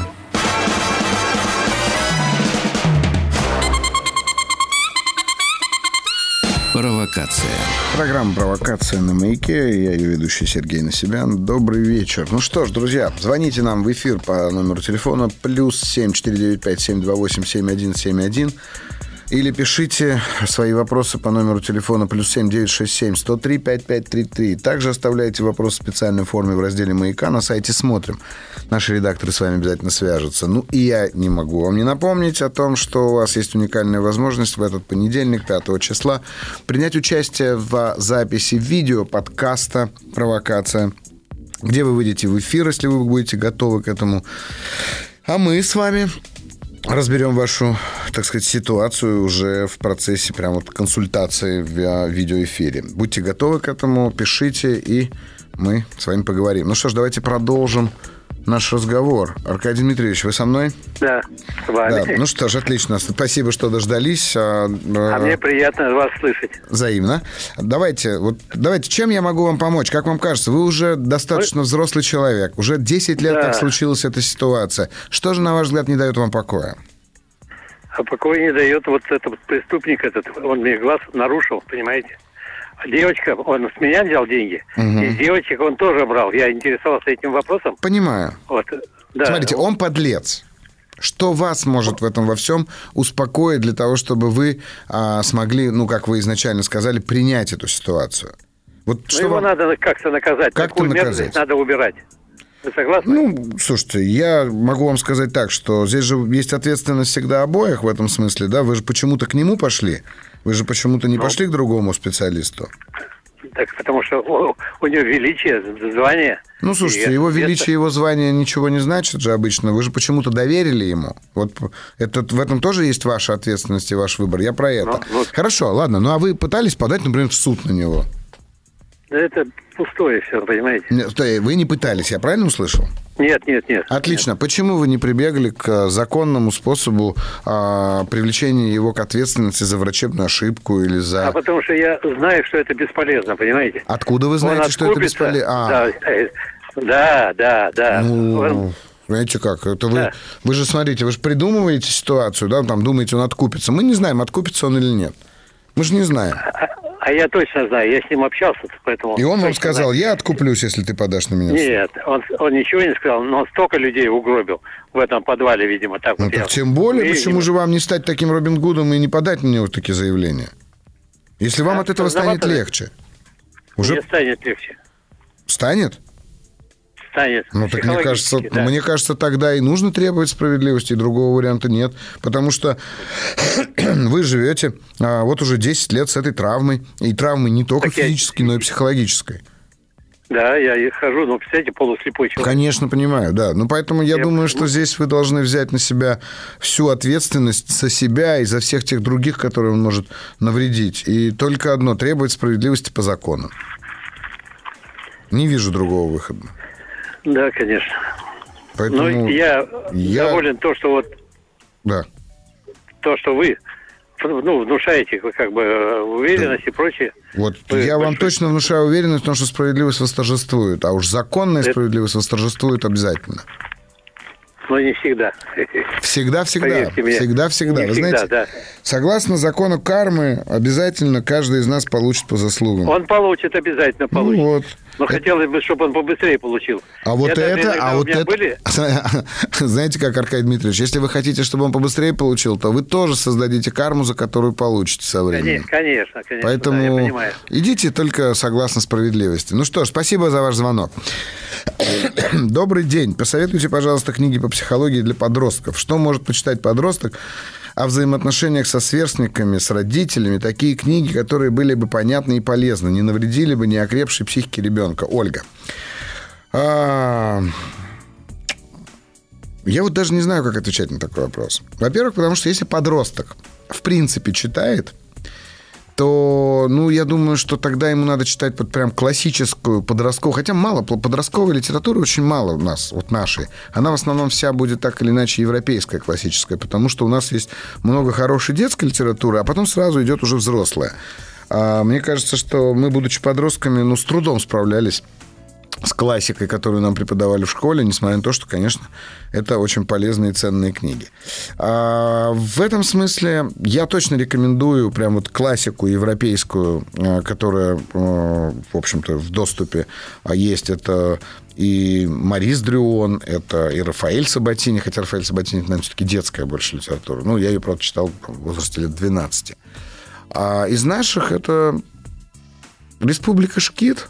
Провокация. Программа «Провокация» на Маяке. Я ее ведущий Сергей Насибян. Добрый вечер. Ну что ж, друзья, звоните нам в эфир по номеру телефона плюс семь четыре девять пять семь два восемь семь один семь один. Или пишите свои вопросы по номеру телефона плюс семь девять шесть семь сто три пятьдесят пять тридцать три. Также оставляйте вопросы в специальной форме в разделе «Маяка» на сайте «Смотрим». Наши редакторы с вами обязательно свяжутся. Ну и я не могу вам не напомнить о том, что у вас есть уникальная возможность в этот понедельник, пятого числа, принять участие в записи видео подкаста «Провокация», где вы выйдете в эфир, если вы будете готовы к этому. А мы с вами... разберем вашу, так сказать, ситуацию уже в процессе прям вот консультации в видеоэфире. Будьте готовы к этому, пишите, и мы с вами поговорим. Ну что ж, давайте продолжим наш разговор. Аркадий Дмитриевич, вы со мной? Да, с вами. Да. Ну что ж, отлично. Спасибо, что дождались. А мне приятно вас слышать. Взаимно. Давайте, вот, давайте, чем я могу вам помочь? Как вам кажется, вы уже достаточно взрослый человек. Уже десять лет, да. как случилась эта ситуация. Что же, на ваш взгляд, не дает вам покоя? А покоя не дает вот этот преступник этот. Он мне глаз нарушил, понимаете? Девочка, он с меня взял деньги, угу. и девочек он тоже брал. Я интересовался этим вопросом. Понимаю. Вот, да. Смотрите, он подлец. Что вас может в этом во всем успокоить для того, чтобы вы а, смогли, ну, как вы изначально сказали, принять эту ситуацию? Вот ну, что его вам... надо как-то наказать. Как-то Такую наказать. мерзость надо убирать. Вы согласны? Ну, слушайте, я могу вам сказать так, что здесь же есть ответственность всегда обоих в этом смысле, да? Вы же почему-то к нему пошли, вы же почему-то не ну, пошли к другому специалисту. Так, потому что у, у него величие, звание. Ну, слушайте, его величие, его звание ничего не значит же обычно. Вы же почему-то доверили ему. Вот это, в этом тоже есть ваша ответственность и ваш выбор. Я про это. Ну, вот. Хорошо, ладно. Ну, а вы пытались подать, например, в суд на него? Да это пустое все, понимаете? Нет, вы не пытались, я правильно услышал? Нет, нет, нет. Отлично. Нет. Почему вы не прибегли к законному способу а, привлечения его к ответственности за врачебную ошибку или за... А потому что я знаю, что это бесполезно, понимаете? Откуда вы знаете, что это бесполезно? А. Да, да, да. Ну... Он... Знаете как, это вы, да. Вы же, смотрите, вы же придумываете ситуацию, да, там думаете, он откупится. Мы не знаем, откупится он или нет. Мы же не знаем. А, а я точно знаю, я с ним общался, поэтому... И он вам сказал, знаю. Я откуплюсь, если ты подашь на меня в суд. Нет, он, он ничего не сказал, но он столько людей угробил в этом подвале, видимо, так ну, вот. Так я... тем более, видимо. Почему же вам не стать таким Робин Гудом и не подать на него такие заявления? Если вам а, от этого станет легче. Уже... Мне станет легче. Станет? Станет. Ну, так мне кажется, да. мне кажется, тогда и нужно требовать справедливости, и другого варианта нет. Потому что вы живете а, вот уже десять лет с этой травмой. И травмой не только так физической, я... но и психологической. Да, я и хожу, но, представляете, полуслепой человек. Конечно, понимаю, да. Ну, поэтому я, я думаю, что здесь вы должны взять на себя всю ответственность за себя и за всех тех других, которые он может навредить. И только одно – требовать справедливости по закону. Не вижу другого выхода. Да, конечно. Поэтому ну, я, я доволен то, что вот... Да. То, что вы... Ну, внушаете как бы уверенность да. и прочее. Вот вы, я вам точно внушаю уверенность, потому что справедливость восторжествует. А уж законная Это... справедливость восторжествует обязательно. Но не всегда. Всегда-всегда. Всегда-всегда. Вы всегда, знаете, да. Согласно закону кармы, обязательно каждый из нас получит по заслугам. Он получит, обязательно получит. Ну, вот. Но это... хотелось бы, чтобы он побыстрее получил. А вот Я это, даже, а вот это... Были... Знаете как, Аркадий Дмитриевич, если вы хотите, чтобы он побыстрее получил, то вы тоже создадите карму, за которую получите со временем. Конечно, конечно. Поэтому да, я понимаю. Идите только согласно справедливости. Ну что ж, спасибо за ваш звонок. Добрый день. Посоветуйте, пожалуйста, книги по психологии для подростков. Что может почитать подросток о взаимоотношениях со сверстниками, с родителями? Такие книги, которые были бы понятны и полезны, не навредили бы неокрепшей психике ребенка. Ольга. А... Я вот даже не знаю, как отвечать на такой вопрос. Во-первых, потому что если подросток в принципе читает, то, ну, я думаю, что тогда ему надо читать вот прям классическую подростковую, хотя мало, подростковой литературы очень мало у нас, вот нашей. Она в основном вся будет так или иначе европейская, классическая, потому что у нас есть много хорошей детской литературы, а потом сразу идет уже взрослая. А мне кажется, что мы, будучи подростками, ну, с трудом справлялись с классикой, которую нам преподавали в школе, несмотря на то, что, конечно, это очень полезные и ценные книги. А в этом смысле я точно рекомендую прям вот классику европейскую, которая, в общем-то, в доступе есть. Это и Марис Дрюон, это и Рафаэль Сабатини, хотя Рафаэль Сабатини, наверное, все-таки детская больше литература. Ну, я ее, правда, читал в возрасте лет двенадцати. А из наших это «Республика Шкит».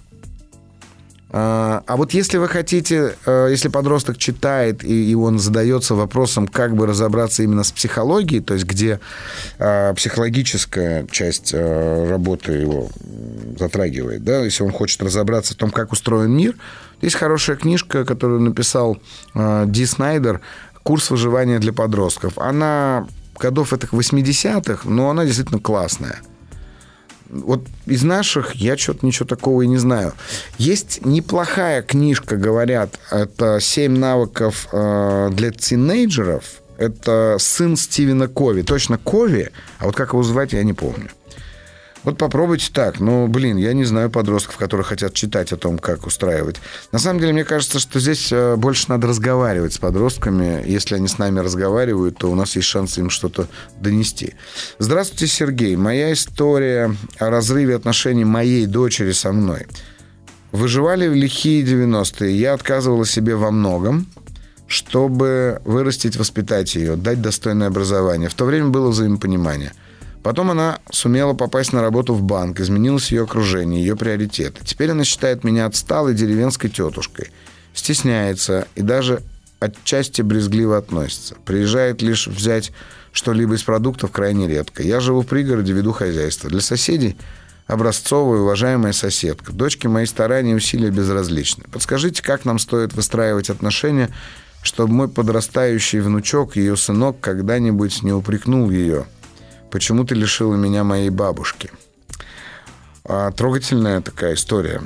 А вот если вы хотите, если подросток читает, и он задается вопросом, как бы разобраться именно с психологией, то есть где психологическая часть работы его затрагивает, да, если он хочет разобраться в том, как устроен мир, есть хорошая книжка, которую написал Ди Снайдер «Курс выживания для подростков». Она годов этих восьмидесятых, но она действительно классная. Вот из наших я что-то ничего такого и не знаю. Есть неплохая книжка, говорят, это «Семь навыков для тинейджеров». Это сын Стивена Кови. Точно Кови, а вот как его звать, я не помню. Вот попробуйте так. Ну, блин, я не знаю подростков, которые хотят читать о том, как устраивать. На самом деле, мне кажется, что здесь больше надо разговаривать с подростками. Если они с нами разговаривают, то у нас есть шанс им что-то донести. Здравствуйте, Сергей. Моя история о разрыве отношений моей дочери со мной. Выживали в лихие девяностые. Я отказывала себе во многом. чтобы вырастить, воспитать ее, дать достойное образование. В то время было взаимопонимание. Потом она сумела попасть на работу в банк, изменилось ее окружение, ее приоритеты. Теперь она считает меня отсталой деревенской тетушкой, стесняется и даже отчасти брезгливо относится. Приезжает лишь взять что-либо из продуктов крайне редко. Я живу в пригороде, веду хозяйство. Для соседей образцовая, уважаемая соседка. Дочке мои старания и усилия безразличны. Подскажите, как нам стоит выстраивать отношения, чтобы мой подрастающий внучок, ее сынок, когда-нибудь не упрекнул ее: почему ты лишила меня моей бабушки? А, трогательная такая история.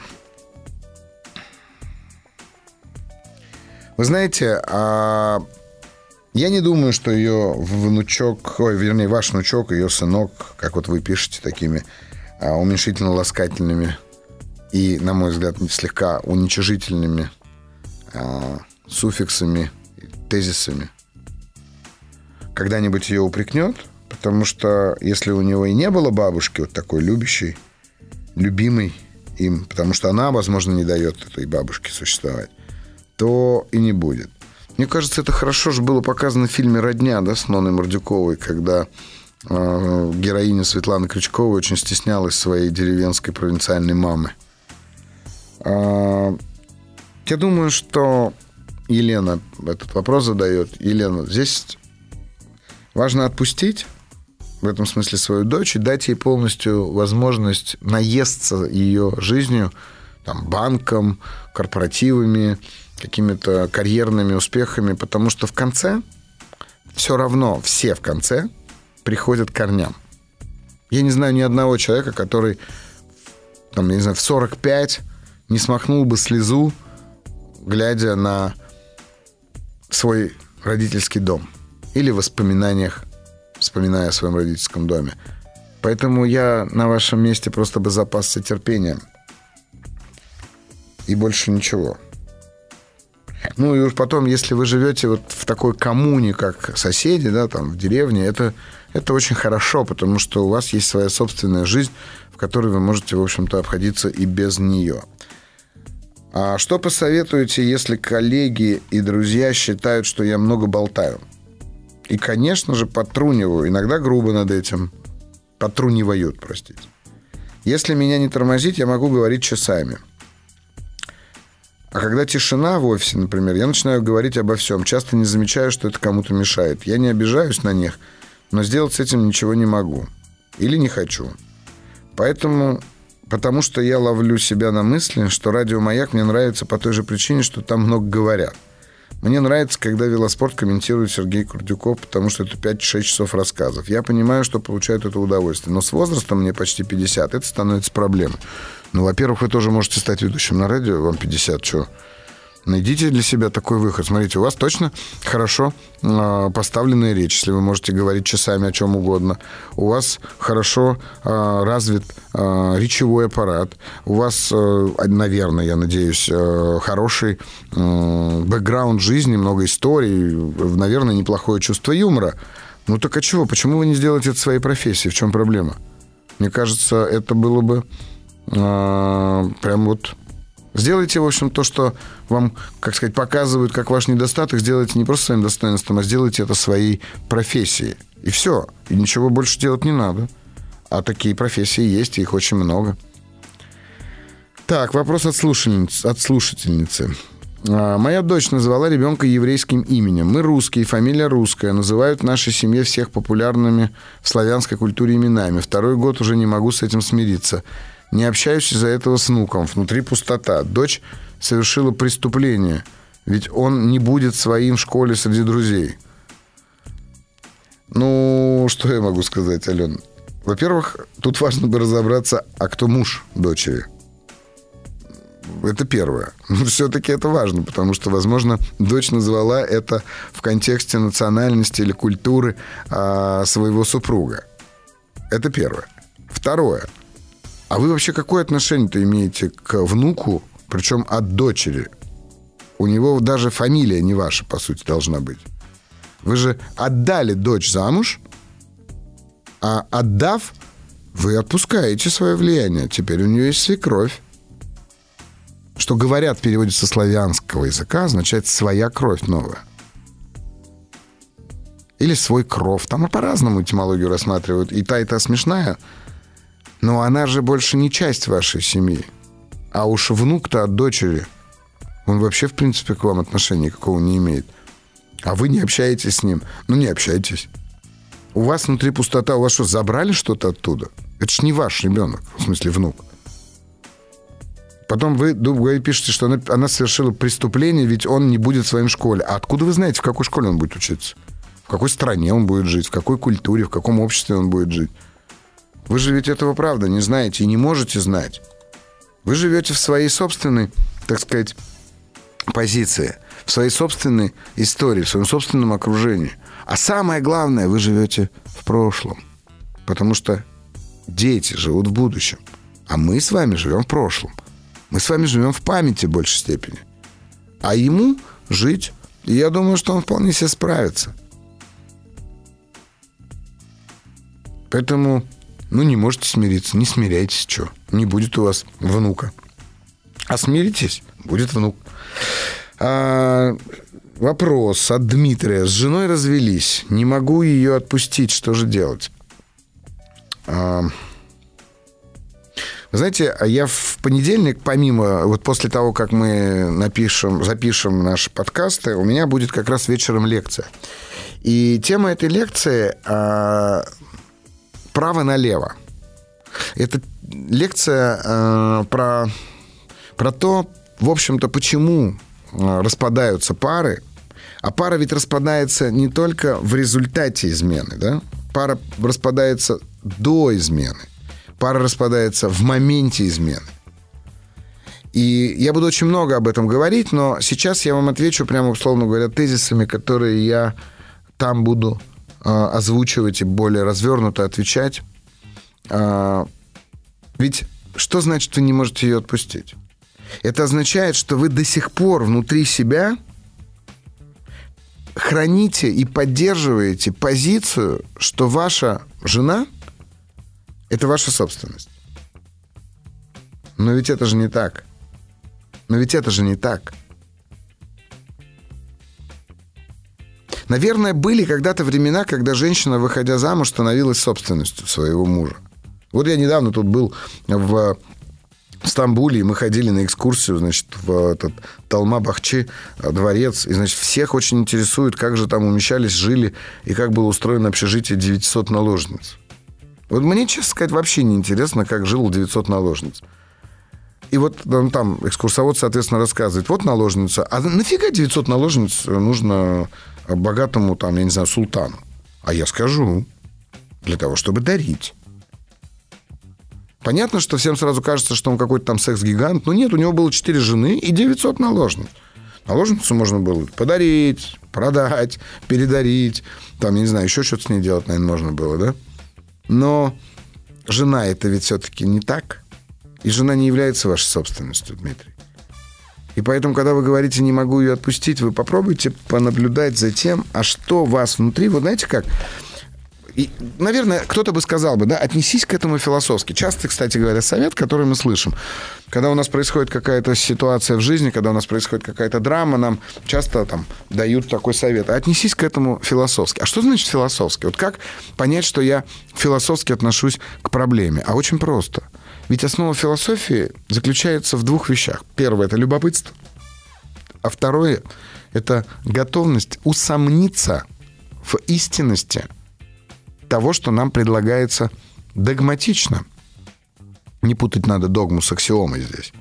Вы знаете, а, я не думаю, что ее внучок, ой, вернее, ваш внучок, ее сынок, как вот вы пишете, такими а, уменьшительно-ласкательными и, на мой взгляд, слегка уничижительными а, суффиксами, тезисами, когда-нибудь ее упрекнет. Потому что если у него и не было бабушки вот такой любящей, любимой им, потому что она, возможно, не дает этой бабушке существовать, то и не будет. Мне кажется, это хорошо же было показано в фильме «Родня», да, с Ноной Мордюковой, когда э, героиня Светланы Крючковой очень стеснялась своей деревенской провинциальной мамы. Э, я думаю, что Елена этот вопрос задает. Елена, здесь важно отпустить в этом смысле свою дочь и дать ей полностью возможность наесться ее жизнью, там, банком, корпоративами, какими-то карьерными успехами, потому что в конце все равно все в конце приходят к корням. Я не знаю ни одного человека, который там, я не знаю, в сорок пять не смахнул бы слезу, глядя на свой родительский дом или в воспоминаниях, вспоминая о своем родительском доме. Поэтому я на вашем месте просто бы запасся терпением. И больше ничего. Ну и уж потом, если вы живете вот в такой коммуне, как соседи, да, там в деревне, это, это очень хорошо, потому что у вас есть своя собственная жизнь, в которой вы можете, в общем-то, обходиться и без нее. А что посоветуете, если коллеги и друзья считают, что я много болтаю? И, конечно же, подтруниваю. Иногда грубо над этим. Подтрунивают, простите. Если меня не тормозить, я могу говорить часами. А когда тишина в офисе, например, я начинаю говорить обо всем. Часто не замечаю, что это кому-то мешает. Я не обижаюсь на них, но сделать с этим ничего не могу. Или не хочу. Поэтому... Потому что я ловлю себя на мысли, что радио «Маяк» мне нравится по той же причине, что там много говорят. Мне нравится, когда велоспорт комментирует Сергей Курдюков, потому что это пять-шесть часов рассказов. Я понимаю, что получают это удовольствие. Но с возрастом, мне почти пятьдесят, это становится проблемой. Ну, во-первых, вы тоже можете стать ведущим на радио, вам пятьдесят, что? Найдите для себя такой выход. Смотрите, у вас точно хорошо э, поставленная речь, если вы можете говорить часами о чем угодно. У вас хорошо э, развит э, речевой аппарат. У вас, э, наверное, я надеюсь, э, хороший э, бэкграунд жизни, много историй, наверное, неплохое чувство юмора. Ну так а чего? Почему вы не сделаете это своей профессией? В чем проблема? Мне кажется, это было бы э, прям вот... Сделайте, в общем, то, что вам, как сказать, показывают как ваш недостаток, сделайте не просто своим достоинством, а сделайте это своей профессией. И все. И ничего больше делать не надо. А такие профессии есть, и их очень много. Так, вопрос от слушательницы. От слушательницы. Моя дочь назвала ребенка еврейским именем. Мы русские, фамилия русская. Называют в нашей семье всех популярными в славянской культуре именами. Второй год уже не могу с этим смириться. Не общаюсь из-за этого с внуком. Внутри пустота. Дочь совершила преступление. Ведь он не будет своим в школе среди друзей. Ну, что я могу сказать, Алена? Во-первых, тут важно бы разобраться, а кто муж дочери. Это первое. Но все-таки это важно, потому что, возможно, дочь назвала это в контексте национальности или культуры а, своего супруга. Это первое. Второе. А вы вообще какое отношение-то имеете к внуку, причем от дочери? У него даже фамилия не ваша, по сути, должна быть. Вы же отдали дочь замуж, а отдав, вы отпускаете свое влияние. Теперь у нее есть свекровь. Что говорят в переводе со славянского языка, означает «своя кровь новая». Или свой-кров. Там по-разному этимологию рассматривают. И та, и та смешная. Но она же больше не часть вашей семьи. А уж внук-то от дочери. Он вообще, в принципе, к вам отношения никакого не имеет. А вы не общаетесь с ним. Ну, не общайтесь. У вас внутри пустота. У вас что, забрали что-то оттуда? Это ж не ваш ребенок. В смысле, внук. Потом вы, вы пишете, что она, она совершила преступление, ведь он не будет в своей школе. А откуда вы знаете, в какой школе он будет учиться? В какой стране он будет жить? В какой культуре, в каком обществе он будет жить? Вы же ведь этого, правда, не знаете и не можете знать. Вы живете в своей собственной, так сказать, позиции, в своей собственной истории, в своем собственном окружении. А самое главное, вы живете в прошлом. Потому что дети живут в будущем. А мы с вами живем в прошлом. Мы с вами живем в памяти в большей степени. А ему жить, и я думаю, что он вполне себе справится. Поэтому, ну, не можете смириться, не смиряйтесь, что. Не будет у вас внука. А смиритесь, будет внук. А, вопрос от Дмитрия. С женой развелись. Не могу ее отпустить. Что же делать? А... Вы знаете, я в понедельник, помимо, вот после того, как мы напишем, запишем наши подкасты, у меня будет как раз вечером лекция. И тема этой лекции а, «Право налево». Это лекция а, про, про то, в общем-то, почему распадаются пары. А пара ведь распадается не только в результате измены, да? Пара распадается до измены. Пара распадается в моменте измены. И я буду очень много об этом говорить, но сейчас я вам отвечу, прямо условно говоря, тезисами, которые я там буду э, озвучивать и более развернуто отвечать. Э, ведь что значит, вы не можете ее отпустить? Это означает, что вы до сих пор внутри себя храните и поддерживаете позицию, что ваша жена – это ваша собственность. Но ведь это же не так. Но ведь это же не так. Наверное, были когда-то времена, когда женщина, выходя замуж, становилась собственностью своего мужа. Вот я недавно тут был в Стамбуле, и мы ходили на экскурсию, значит, в этот Талма-Бахчи дворец. И, значит, всех очень интересует, как же там умещались, жили, и как было устроено общежитие девятисот наложниц. Вот мне, честно сказать, вообще не интересно, как жило девятьсот наложниц. И вот там, там экскурсовод, соответственно, рассказывает, вот наложница, а нафига девятьсот наложниц нужно богатому, там, я не знаю, султану? А я скажу, для того, чтобы дарить. Понятно, что всем сразу кажется, что он какой-то там секс-гигант, но нет, у него было четыре жены и девятьсот наложниц. Наложницу можно было подарить, продать, передарить, там, я не знаю, еще что-то с ней делать, наверное, можно было, да? Но жена это ведь все-таки не так. И жена не является вашей собственностью, Дмитрий. И поэтому, когда вы говорите «не могу ее отпустить», вы попробуйте понаблюдать за тем, а что у вас внутри. Вот знаете как? И, наверное, кто-то бы сказал бы, да, отнесись к этому философски. Часто, кстати говоря, совет, который мы слышим. Когда у нас происходит какая-то ситуация в жизни, когда у нас происходит какая-то драма, нам часто там дают такой совет. Отнесись к этому философски. А что значит философски? Вот как понять, что я философски отношусь к проблеме? А очень просто. Ведь основа философии заключается в двух вещах. Первое – это любопытство. А второе – это готовность усомниться в истинности того, что нам предлагается догматично. Не путать надо догму с аксиомой здесь.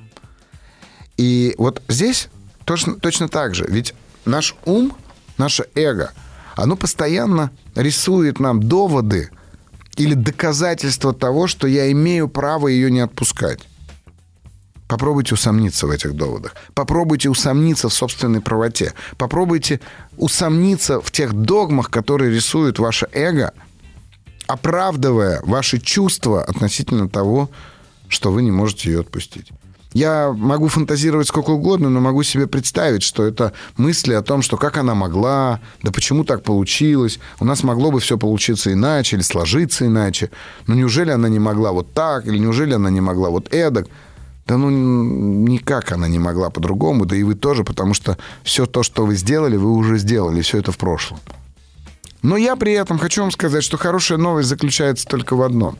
И вот здесь точно, точно так же. Ведь наш ум, наше эго, оно постоянно рисует нам доводы или доказательства того, что я имею право ее не отпускать. Попробуйте усомниться в этих доводах. Попробуйте усомниться в собственной правоте. Попробуйте усомниться в тех догмах, которые рисует ваше эго, оправдывая ваши чувства относительно того, что вы не можете ее отпустить. Я могу фантазировать сколько угодно, но могу себе представить, что это мысли о том, что как она могла, да почему так получилось, у нас могло бы все получиться иначе или сложиться иначе, но неужели она не могла вот так, или неужели она не могла вот эдак? Да ну никак она не могла по-другому, да и вы тоже, потому что все то, что вы сделали, вы уже сделали, все это в прошлом. Но я при этом хочу вам сказать, что хорошая новость заключается только в одном.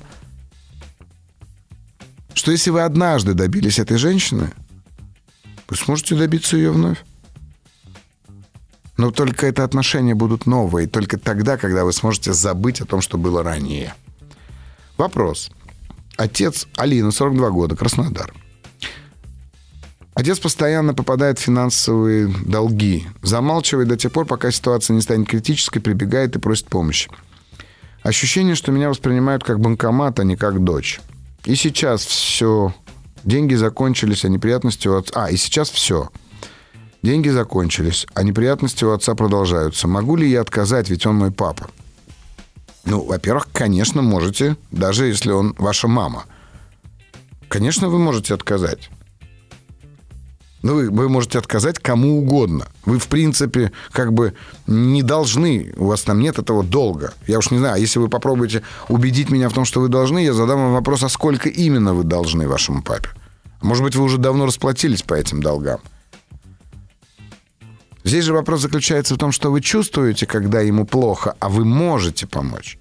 Что если вы однажды добились этой женщины, вы сможете добиться ее вновь. Но только это отношения будут новые, только тогда, когда вы сможете забыть о том, что было ранее. Вопрос. Отец Алина, сорок два года, Краснодар. Отец постоянно попадает в финансовые долги. Замалчивает до тех пор, пока ситуация не станет критической, прибегает и просит помощи. Ощущение, что меня воспринимают как банкомат, а не как дочь. И сейчас все. Деньги закончились, а неприятности у отца... А, и сейчас все. Деньги закончились, а неприятности у отца продолжаются. Могу ли я отказать, ведь он мой папа? Ну, во-первых, конечно, можете, даже если он ваша мама. Конечно, вы можете отказать. Ну, вы, вы можете отказать кому угодно. Вы, в принципе, как бы не должны. У вас там нет этого долга. Я уж не знаю, если вы попробуете убедить меня в том, что вы должны, я задам вам вопрос, а сколько именно вы должны вашему папе? Может быть, вы уже давно расплатились по этим долгам. Здесь же вопрос заключается в том, что вы чувствуете, когда ему плохо, а вы можете помочь.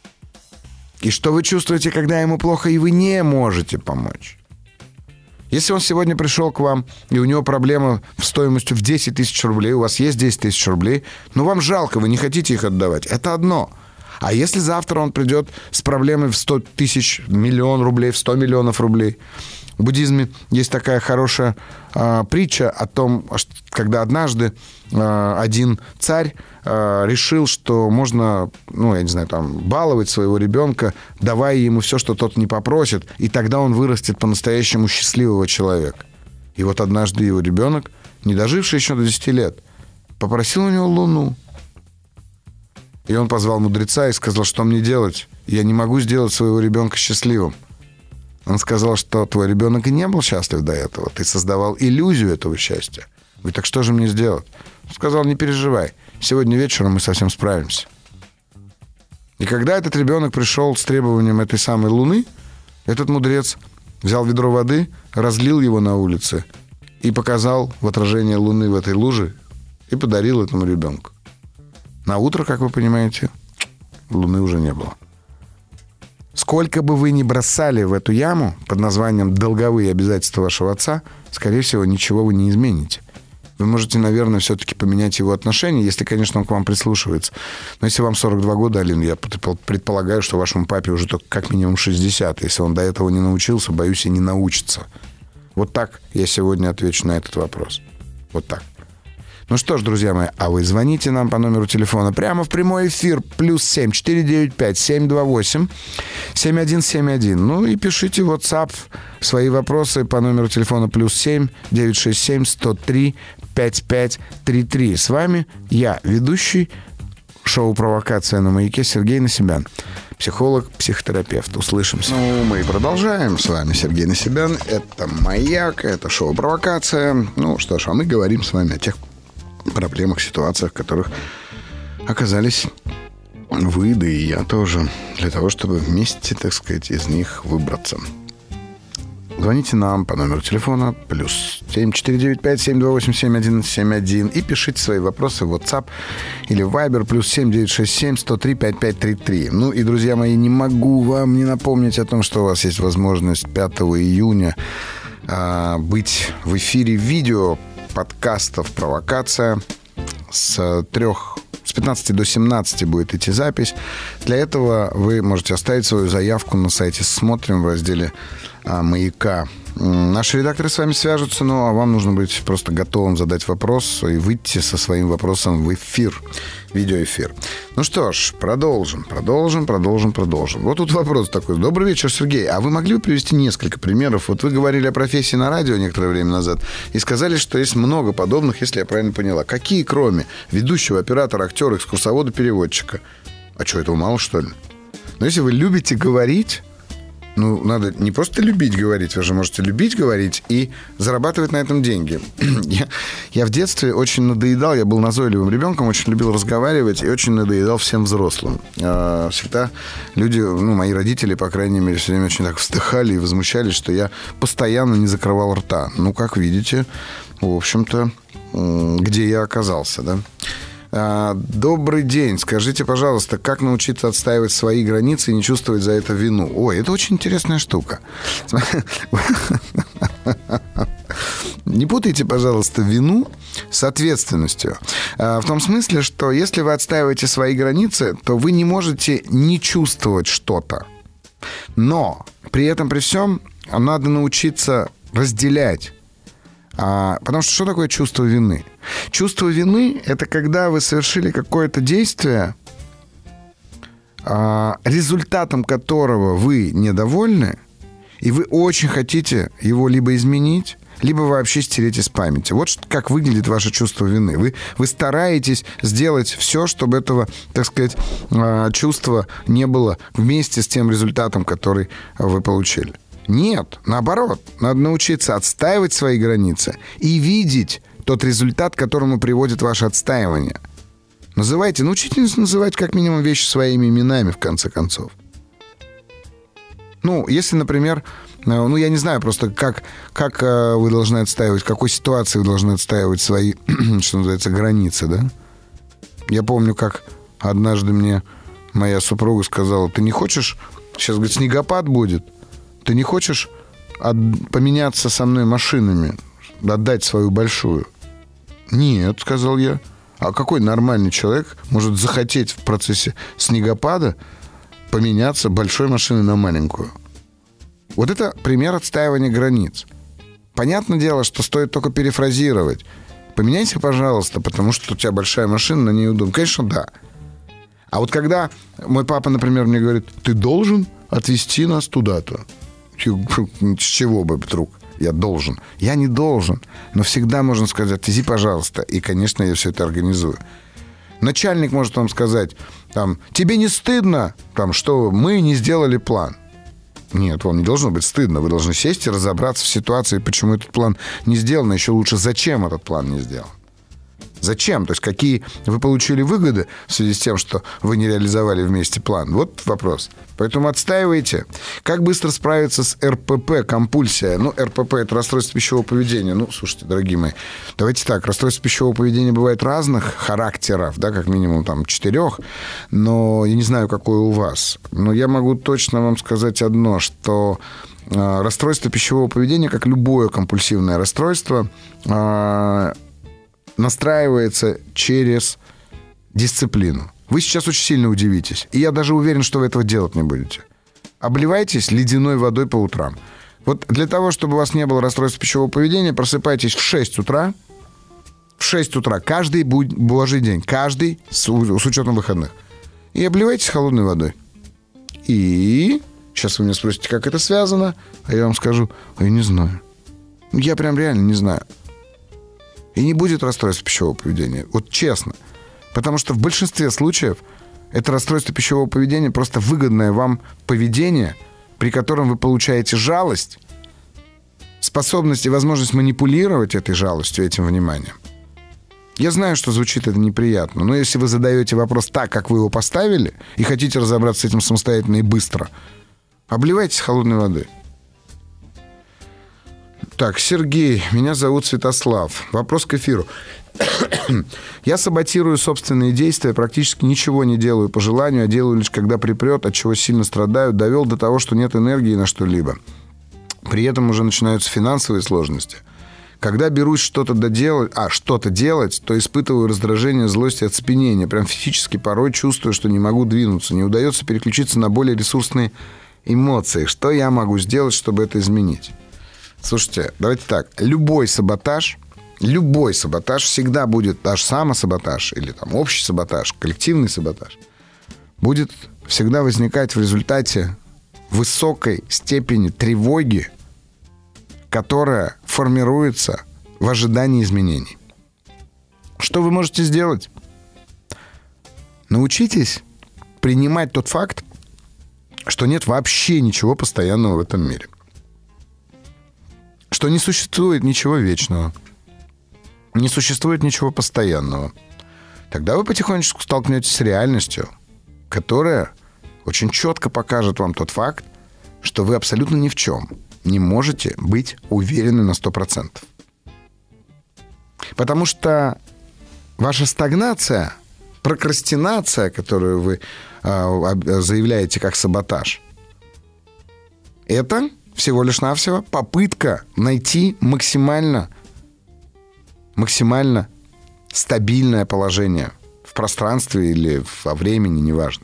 И что вы чувствуете, когда ему плохо, и вы не можете помочь. Если он сегодня пришел к вам, и у него проблема в стоимостью в десять тысяч рублей, у вас есть десять тысяч рублей, но вам жалко, вы не хотите их отдавать, это одно. А если завтра он придет с проблемой в сто тысяч, миллион рублей, в сто миллионов рублей? В буддизме есть такая хорошая э, притча о том, когда однажды э, один царь э, решил, что можно, ну, я не знаю, там, баловать своего ребенка, давая ему все, что тот не попросит, и тогда он вырастет по-настоящему счастливого человека. И вот однажды его ребенок, не доживший еще до десяти лет, попросил у него луну. И он позвал мудреца и сказал, что мне делать? Я не могу сделать своего ребенка счастливым. Он сказал, что твой ребенок и не был счастлив до этого. Ты создавал иллюзию этого счастья. Говорит, так что же мне сделать? Он сказал, не переживай. Сегодня вечером мы совсем справимся. И когда этот ребенок пришел с требованием этой самой луны, этот мудрец взял ведро воды, разлил его на улице и показал в отражение луны в этой луже и подарил этому ребенку. На утро, как вы понимаете, луны уже не было. Сколько бы вы ни бросали в эту яму под названием «долговые обязательства вашего отца», скорее всего, ничего вы не измените. Вы можете, наверное, все-таки поменять его отношение, если, конечно, он к вам прислушивается. Но если вам сорок два года, Алина, я предполагаю, что вашему папе уже только как минимум шестьдесят. Если он до этого не научился, боюсь, и не научится. Вот так я сегодня отвечу на этот вопрос. Вот так. Ну что ж, друзья мои, а вы звоните нам по номеру телефона прямо в прямой эфир плюс семь четыре девять пять семь два восемь семь один семь один. Ну и пишите в WhatsApp свои вопросы по номеру телефона плюс семь девятьсот шестьдесят семь сто три пятьдесят пять тридцать три. С вами я, ведущий шоу «Провокация» на Маяке Сергей Насибян. Психолог, психотерапевт. Услышимся. Ну, мы продолжаем. С вами Сергей Насибян. Это «Маяк», это шоу «Провокация». Ну что ж, а мы говорим с вами о тех проблемах, ситуациях, в которых оказались вы, да и я тоже, для того, чтобы вместе, так сказать, из них выбраться. Звоните нам по номеру телефона плюс семь четыре девять пять семь два восемь семь один семь один и пишите свои вопросы в WhatsApp или Viber плюс семь девятьсот шестьдесят семь сто три пятьдесят пять тридцать три. Ну и, друзья мои, не могу вам не напомнить о том, что у вас есть возможность пятого июня а, быть в эфире видео подкастов «Провокация». С трех, с пятнадцати до семнадцати будет идти запись. Для этого вы можете оставить свою заявку на сайте «Смотрим» в разделе а, «Маяка». Наши редакторы с вами свяжутся, ну а вам нужно быть просто готовым задать вопрос и выйти со своим вопросом в эфир, видеоэфир. Ну что ж, продолжим, продолжим, продолжим, продолжим. Вот тут вопрос такой. Добрый вечер, Сергей. А вы могли бы привести несколько примеров? Вот вы говорили о профессии на радио некоторое время назад и сказали, что есть много подобных, если я правильно поняла. Какие, кроме ведущего, оператора, актера, экскурсовода, переводчика? А что, этого мало, что ли? Но если вы любите говорить... Ну, надо не просто любить говорить, вы же можете любить говорить и зарабатывать на этом деньги. я, я в детстве очень надоедал, я был назойливым ребенком, очень любил разговаривать и очень надоедал всем взрослым. А, всегда люди, ну, мои родители, по крайней мере, все время очень так вздыхали и возмущались, что я постоянно не закрывал рта. Ну, как видите, в общем-то, где я оказался, да? Добрый день. Скажите, пожалуйста, как научиться отстаивать свои границы и не чувствовать за это вину? Ой, это очень интересная штука. Не путайте, пожалуйста, вину с ответственностью. В том смысле, что если вы отстаиваете свои границы, то вы не можете не чувствовать что-то. Но при этом, при всем, надо научиться разделять. А, потому что что такое чувство вины? Чувство вины – это когда вы совершили какое-то действие, а, результатом которого вы недовольны, и вы очень хотите его либо изменить, либо вообще стереть из памяти. Вот как выглядит ваше чувство вины. Вы, вы стараетесь сделать все, чтобы этого, так сказать, чувства не было вместе с тем результатом, который вы получили. Нет, наоборот, надо научиться отстаивать свои границы и видеть тот результат, к которому приводит ваше отстаивание. Называйте, научитесь называть как минимум вещи своими именами, в конце концов. Ну, если, например, ну, я не знаю просто, как, как вы должны отстаивать, в какой ситуации вы должны отстаивать свои, что называется, границы, да? Я помню, как однажды мне моя супруга сказала: ты не хочешь, сейчас, говорит, снегопад будет, ты не хочешь от... поменяться со мной машинами, отдать свою большую? Нет, сказал я. А какой нормальный человек может захотеть в процессе снегопада поменяться большой машиной на маленькую? Вот это пример отстаивания границ. Понятное дело, что стоит только перефразировать. Поменяйте, пожалуйста, потому что у тебя большая машина, на ней удобно. Конечно, да. А вот когда мой папа, например, мне говорит: ты должен отвезти нас туда-то. С чего бы, друг? Я должен. Я не должен. Но всегда можно сказать: отвези, пожалуйста. И, конечно, я все это организую. Начальник может вам сказать: там, тебе не стыдно, там, что мы не сделали план? Нет, вам не должно быть стыдно. Вы должны сесть и разобраться в ситуации, почему этот план не сделан. Еще лучше, зачем этот план не сделан. Зачем? То есть какие вы получили выгоды в связи с тем, что вы не реализовали вместе план? Вот вопрос. Поэтому отстаивайте. Как быстро справиться с эр пэ пэ, компульсия? Ну, эр пэ пэ – это расстройство пищевого поведения. Ну, слушайте, дорогие мои, давайте так. Расстройство пищевого поведения бывает разных характеров, да, как минимум там четырех. Но я не знаю, какое у вас. Но я могу точно вам сказать одно, что э, расстройство пищевого поведения, как любое компульсивное расстройство, э, настраивается через дисциплину. Вы сейчас очень сильно удивитесь. И я даже уверен, что вы этого делать не будете. Обливайтесь ледяной водой по утрам. Вот для того, чтобы у вас не было расстройства пищевого поведения, просыпайтесь в шесть утра. В шесть утра каждый божий день. Каждый с, с учетом выходных. И обливайтесь холодной водой. И сейчас вы меня спросите, как это связано. А я вам скажу: а я не знаю. Я прям реально не знаю. И не будет расстройства пищевого поведения. Вот честно. Потому что в большинстве случаев это расстройство пищевого поведения просто выгодное вам поведение, при котором вы получаете жалость, способность и возможность манипулировать этой жалостью, этим вниманием. Я знаю, что звучит это неприятно, но если вы задаете вопрос так, как вы его поставили, и хотите разобраться с этим самостоятельно и быстро, обливайтесь холодной водой. Так, Сергей, меня зовут Святослав. Вопрос к эфиру. Я саботирую собственные действия, практически ничего не делаю по желанию, а делаю лишь когда припрет, от чего сильно страдаю, довел до того, что нет энергии на что-либо. При этом уже начинаются финансовые сложности. Когда берусь что-то доделать, а, что-то делать, то испытываю раздражение, злость и оцепенение. Прям физически порой чувствую, что не могу двинуться. Не удается переключиться на более ресурсные эмоции. Что я могу сделать, чтобы это изменить? Слушайте, давайте так. Любой саботаж, любой саботаж всегда будет, даже самосаботаж или там общий саботаж, коллективный саботаж, будет всегда возникать в результате высокой степени тревоги, которая формируется в ожидании изменений. Что вы можете сделать? Научитесь принимать тот факт, что нет вообще ничего постоянного в этом мире. Что не существует ничего вечного. Не существует ничего постоянного. Тогда вы потихонечку столкнетесь с реальностью, которая очень четко покажет вам тот факт, что вы абсолютно ни в чем не можете быть уверены на сто процентов. Потому что ваша стагнация, прокрастинация, которую вы а, заявляете как саботаж, это всего лишь навсего попытка найти максимально, максимально стабильное положение в пространстве или во времени, неважно.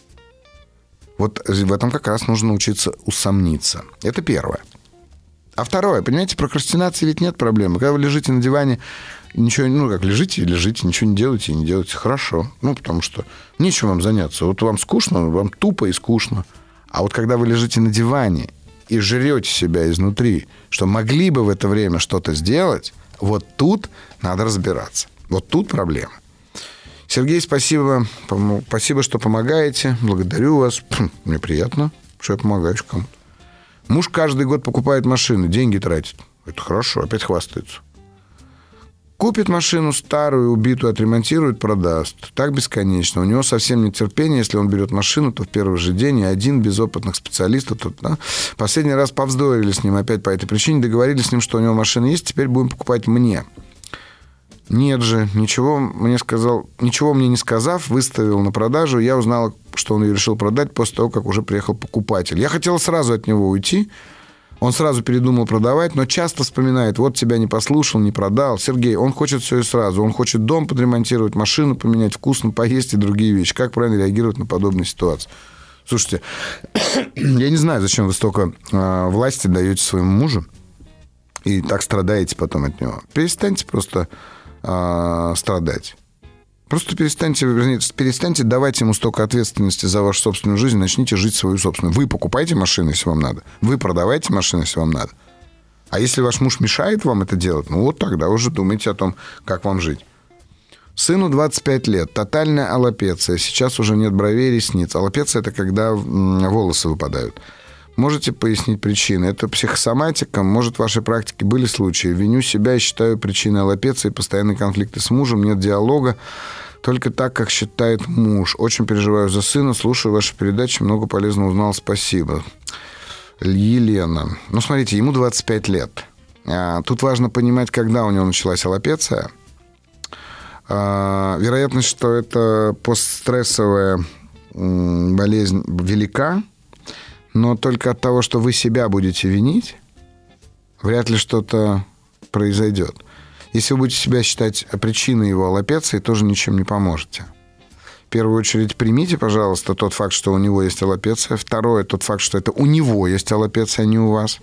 Вот в этом как раз нужно учиться усомниться. Это первое. А второе, понимаете, прокрастинации ведь нет проблемы. Когда вы лежите на диване, ничего, ну, как лежите и лежите, ничего не делаете и не делаете, хорошо. Ну, потому что нечем вам заняться. Вот вам скучно, вам тупо и скучно. А вот когда вы лежите на диване и жрете себя изнутри, что могли бы в это время что-то сделать, вот тут надо разбираться. Вот тут проблема. Сергей, спасибо. Спасибо, что помогаете. Благодарю вас. Мне приятно, что я помогаю кому-то. Муж каждый год покупает машины, деньги тратит. Это хорошо, опять хвастается. Купит машину старую, убитую, отремонтирует, продаст. Так бесконечно. У него совсем нет терпения. Если он берет машину, то в первый же день и один без опытных специалистов. То, да. Последний раз повздорили с ним опять по этой причине. Договорились с ним, что у него машина есть, теперь будем покупать мне. Нет же, ничего мне сказал, ничего мне не сказав, выставил на продажу. Я узнала, что он ее решил продать после того, как уже приехал покупатель. Я хотела сразу от него уйти. Он сразу передумал продавать, но часто вспоминает, вот тебя не послушал, не продал. Сергей, он хочет все и сразу. Он хочет дом подремонтировать, машину поменять, вкусно поесть и другие вещи. Как правильно реагировать на подобные ситуации? Слушайте, я не знаю, зачем вы столько э, власти даете своему мужу и так страдаете потом от него. Перестаньте просто э, страдать. Просто перестаньте, вернее, перестаньте давать ему столько ответственности за вашу собственную жизнь, начните жить свою собственную. Вы покупайте машины, если вам надо. Вы продавайте машины, если вам надо. А если ваш муж мешает вам это делать, ну вот тогда уже думайте о том, как вам жить. Сыну двадцать пять лет, тотальная аллопеция. Сейчас уже нет бровей, ресниц. Аллопеция – это когда волосы выпадают. Можете пояснить причины? Это психосоматика? Может, в вашей практике были случаи? Виню себя и считаю причиной аллопеции, постоянные конфликты с мужем, нет диалога. Только так, как считает муж. Очень переживаю за сына, слушаю ваши передачи, много полезного узнал, спасибо. Елена. Ну, смотрите, ему двадцать пять лет. Тут важно понимать, когда у него началась аллопеция. Вероятность, что это постстрессовая болезнь, велика. Но только от того, что вы себя будете винить, вряд ли что-то произойдет. Если вы будете себя считать причиной его аллопеции, тоже ничем не поможете. В первую очередь примите, пожалуйста, тот факт, что у него есть аллопеция. Второе, тот факт, что это у него есть аллопеция, а не у вас.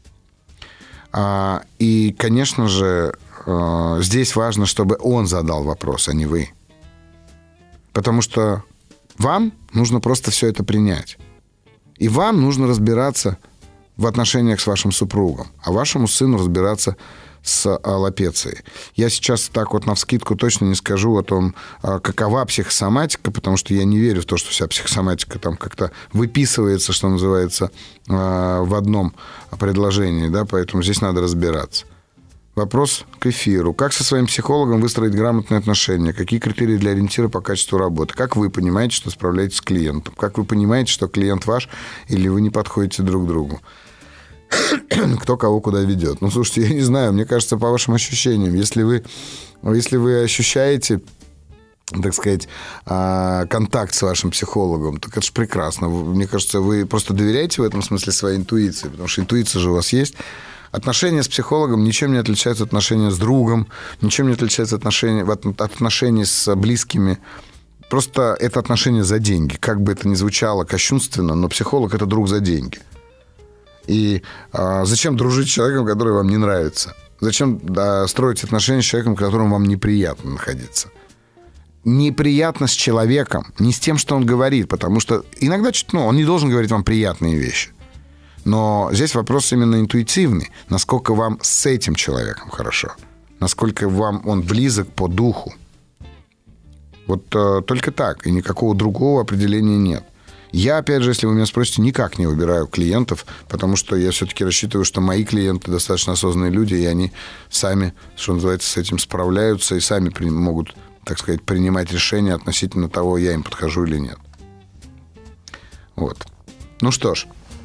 И, конечно же, здесь важно, чтобы он задал вопрос, а не вы. Потому что вам нужно просто все это принять. И вам нужно разбираться в отношениях с вашим супругом, а вашему сыну разбираться с аллопецией. Я сейчас так вот навскидку точно не скажу о том, какова психосоматика, потому что я не верю в то, что вся психосоматика там как-то выписывается, что называется, в одном предложении, да, поэтому здесь надо разбираться. Вопрос к эфиру. Как со своим психологом выстроить грамотные отношения? Какие критерии для ориентира по качеству работы? Как вы понимаете, что справляетесь с клиентом? Как вы понимаете, что клиент ваш или вы не подходите друг к другу? Кто кого куда ведет? Ну, слушайте, я не знаю. Мне кажется, по вашим ощущениям, если вы, если вы ощущаете, так сказать, контакт с вашим психологом, так это же прекрасно. Мне кажется, вы просто доверяете в этом смысле своей интуиции, потому что интуиция же у вас есть. Отношения с психологом ничем не отличаются от отношения с другом, ничем не отличаются от отношений, от отношений с близкими. Просто это отношения за деньги. Как бы это ни звучало кощунственно, но психолог – это друг за деньги. И а, зачем дружить с человеком, который вам не нравится? Зачем да, строить отношения с человеком, с которым вам неприятно находиться? Неприятно с человеком, не с тем, что он говорит, потому что иногда ну, он не должен говорить вам приятные вещи. Но здесь вопрос именно интуитивный. Насколько вам с этим человеком хорошо? Насколько вам он близок по духу? Вот э, только так. И никакого другого определения нет. Я, опять же, если вы меня спросите, никак не выбираю клиентов, потому что я все-таки рассчитываю, что мои клиенты достаточно осознанные люди, и они сами, что называется, с этим справляются и сами при, могут, так сказать, принимать решения относительно того, я им подхожу или нет. Вот. Ну что ж.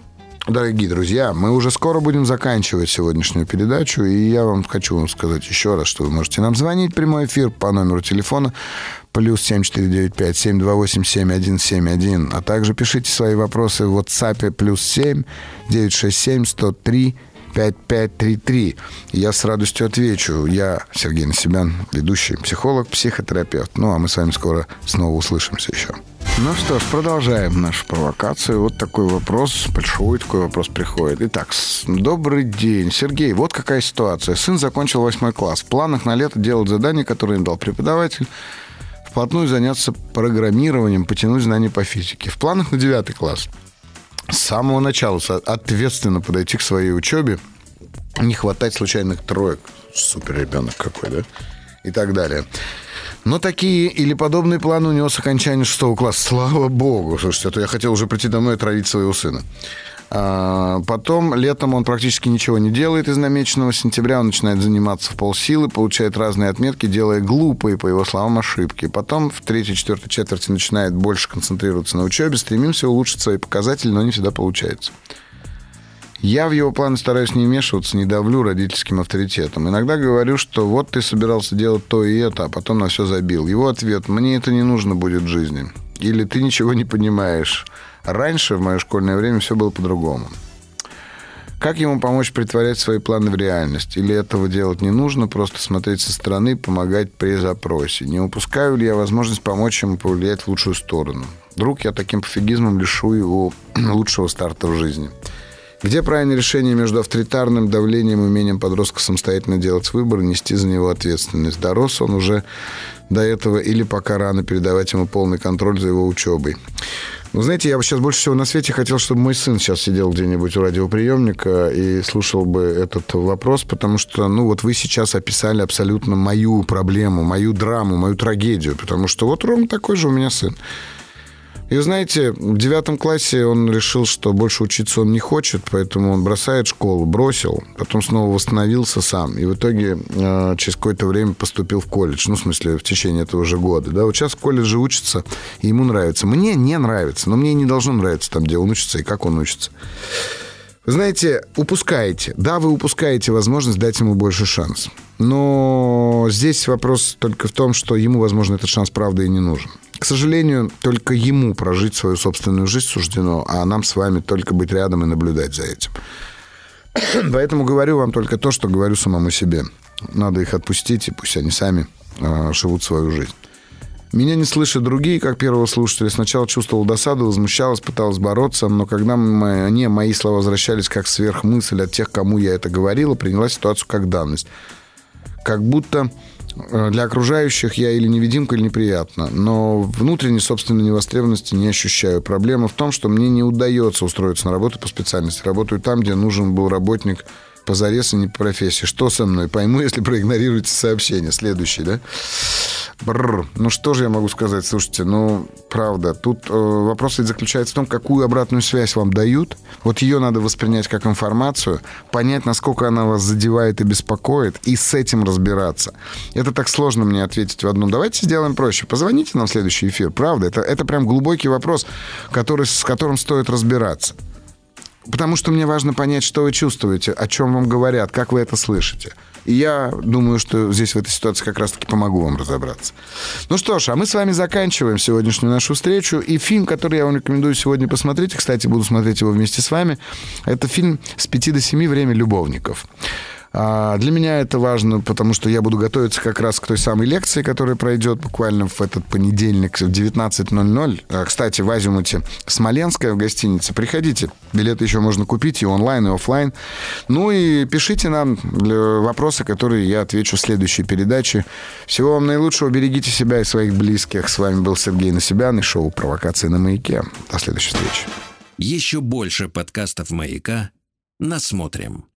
Дорогие друзья, мы уже скоро будем заканчивать сегодняшнюю передачу, и я вам хочу вам сказать еще раз, что вы можете нам звонить, прямой эфир по номеру телефона плюс семь четыре девять пять семь два восемь семь один семь один, а также пишите свои вопросы в WhatsApp плюс семь девятьсот шестьдесят семь сто три пять пять три три. Я с радостью отвечу. Я Сергей Насибян, ведущий психолог, психотерапевт. Ну, а мы с вами скоро снова услышимся еще. Ну что ж, продолжаем нашу провокацию. Вот такой вопрос, большой такой вопрос приходит. Итак, добрый день, Сергей. Вот какая ситуация. Сын закончил восьмой класс. В планах на лето делать задания, которые им дал преподаватель. Вплотную заняться программированием, потянуть знания по физике. В планах на девятый класс. С самого начала ответственно подойти к своей учебе, не хватать случайных троек. Супер ребенок какой, да? И так далее. Но такие или подобные планы у него с окончания шестого класса. Слава богу. Слушайте, а то я хотел уже прийти домой и отравить своего сына. А потом летом он практически ничего не делает из намеченного. С сентября он начинает заниматься в полсилы, получает разные отметки, делая глупые, по его словам, ошибки. Потом в третьей-четвертой четверти начинает больше концентрироваться на учебе. Стремимся улучшить свои показатели, но не всегда получается. Я в его планы стараюсь не вмешиваться, не давлю родительским авторитетом. Иногда говорю, что вот ты собирался делать то и это, а потом на все забил. Его ответ: мне это не нужно будет в жизни. Или ты ничего не понимаешь. Раньше, в мое школьное время, все было по-другому. Как ему помочь притворять свои планы в реальность? Или этого делать не нужно, просто смотреть со стороны, помогать при запросе? Не упускаю ли я возможность помочь ему повлиять в лучшую сторону? Вдруг я таким пофигизмом лишу его лучшего старта в жизни? Где правильное решение между авторитарным давлением и умением подростка самостоятельно делать выбор и нести за него ответственность? Дорос он уже до этого или пока рано передавать ему полный контроль за его учебой? Вы знаете, я бы сейчас больше всего на свете хотел, чтобы мой сын сейчас сидел где-нибудь у радиоприемника и слушал бы этот вопрос, потому что, ну, вот вы сейчас описали абсолютно мою проблему, мою драму, мою трагедию, потому что вот ровно такой же у меня сын. И, знаете, в девятом классе он решил, что больше учиться он не хочет, поэтому он бросает школу, бросил, потом снова восстановился сам. И в итоге э, через какое-то время поступил в колледж. Ну, в смысле, в течение этого же года. Да? Вот сейчас в колледже учится, и ему нравится. Мне не нравится, но мне не должно нравиться там, где он учится и как он учится. Вы знаете, упускаете. Да, вы упускаете возможность дать ему больше шанс. Но здесь вопрос только в том, что ему, возможно, этот шанс правда и не нужен. К сожалению, только ему прожить свою собственную жизнь суждено, а нам с вами только быть рядом и наблюдать за этим. Поэтому говорю вам только то, что говорю самому себе. Надо их отпустить, и пусть они сами э, живут свою жизнь. Меня не слышат другие, как первого слушателя. Сначала чувствовал досаду, возмущалась, пыталась бороться, но когда мне мои слова возвращались как сверхмысль от тех, кому я это говорила, приняла ситуацию как данность. Как будто для окружающих я или невидимка, или неприятно. Но внутренней собственной невостребованности не ощущаю. Проблема в том, что мне не удается устроиться на работу по специальности. Работаю там, где нужен был работник позарез и не по профессии. Что со мной? Пойму, если проигнорируете сообщение. Следующий, да? Бррр. Ну, что же я могу сказать? Слушайте, ну, правда, тут э, вопрос ведь заключается в том, какую обратную связь вам дают. Вот ее надо воспринять как информацию, понять, насколько она вас задевает и беспокоит, и с этим разбираться. Это так сложно мне ответить в одном. Давайте сделаем проще. Позвоните нам в следующий эфир, правда? Это, это прям глубокий вопрос, который, с которым стоит разбираться. Потому что мне важно понять, что вы чувствуете, о чем вам говорят, как вы это слышите. И я думаю, что здесь в этой ситуации как раз-таки помогу вам разобраться. Ну что ж, а мы с вами заканчиваем сегодняшнюю нашу встречу. И фильм, который я вам рекомендую сегодня посмотреть, и, кстати, буду смотреть его вместе с вами, это фильм «С пяти до семи. Время любовников». Для меня это важно, потому что я буду готовиться как раз к той самой лекции, которая пройдет буквально в этот понедельник в девятнадцать ноль ноль. Кстати, в Азимуте Смоленская в гостинице. Приходите. Билеты еще можно купить и онлайн, и офлайн. Ну и пишите нам вопросы, которые я отвечу в следующей передаче. Всего вам наилучшего. Берегите себя и своих близких. С вами был Сергей Насибян и шоу «Провокации на Маяке». До следующей встречи. Еще больше подкастов «Маяка» насмотрим.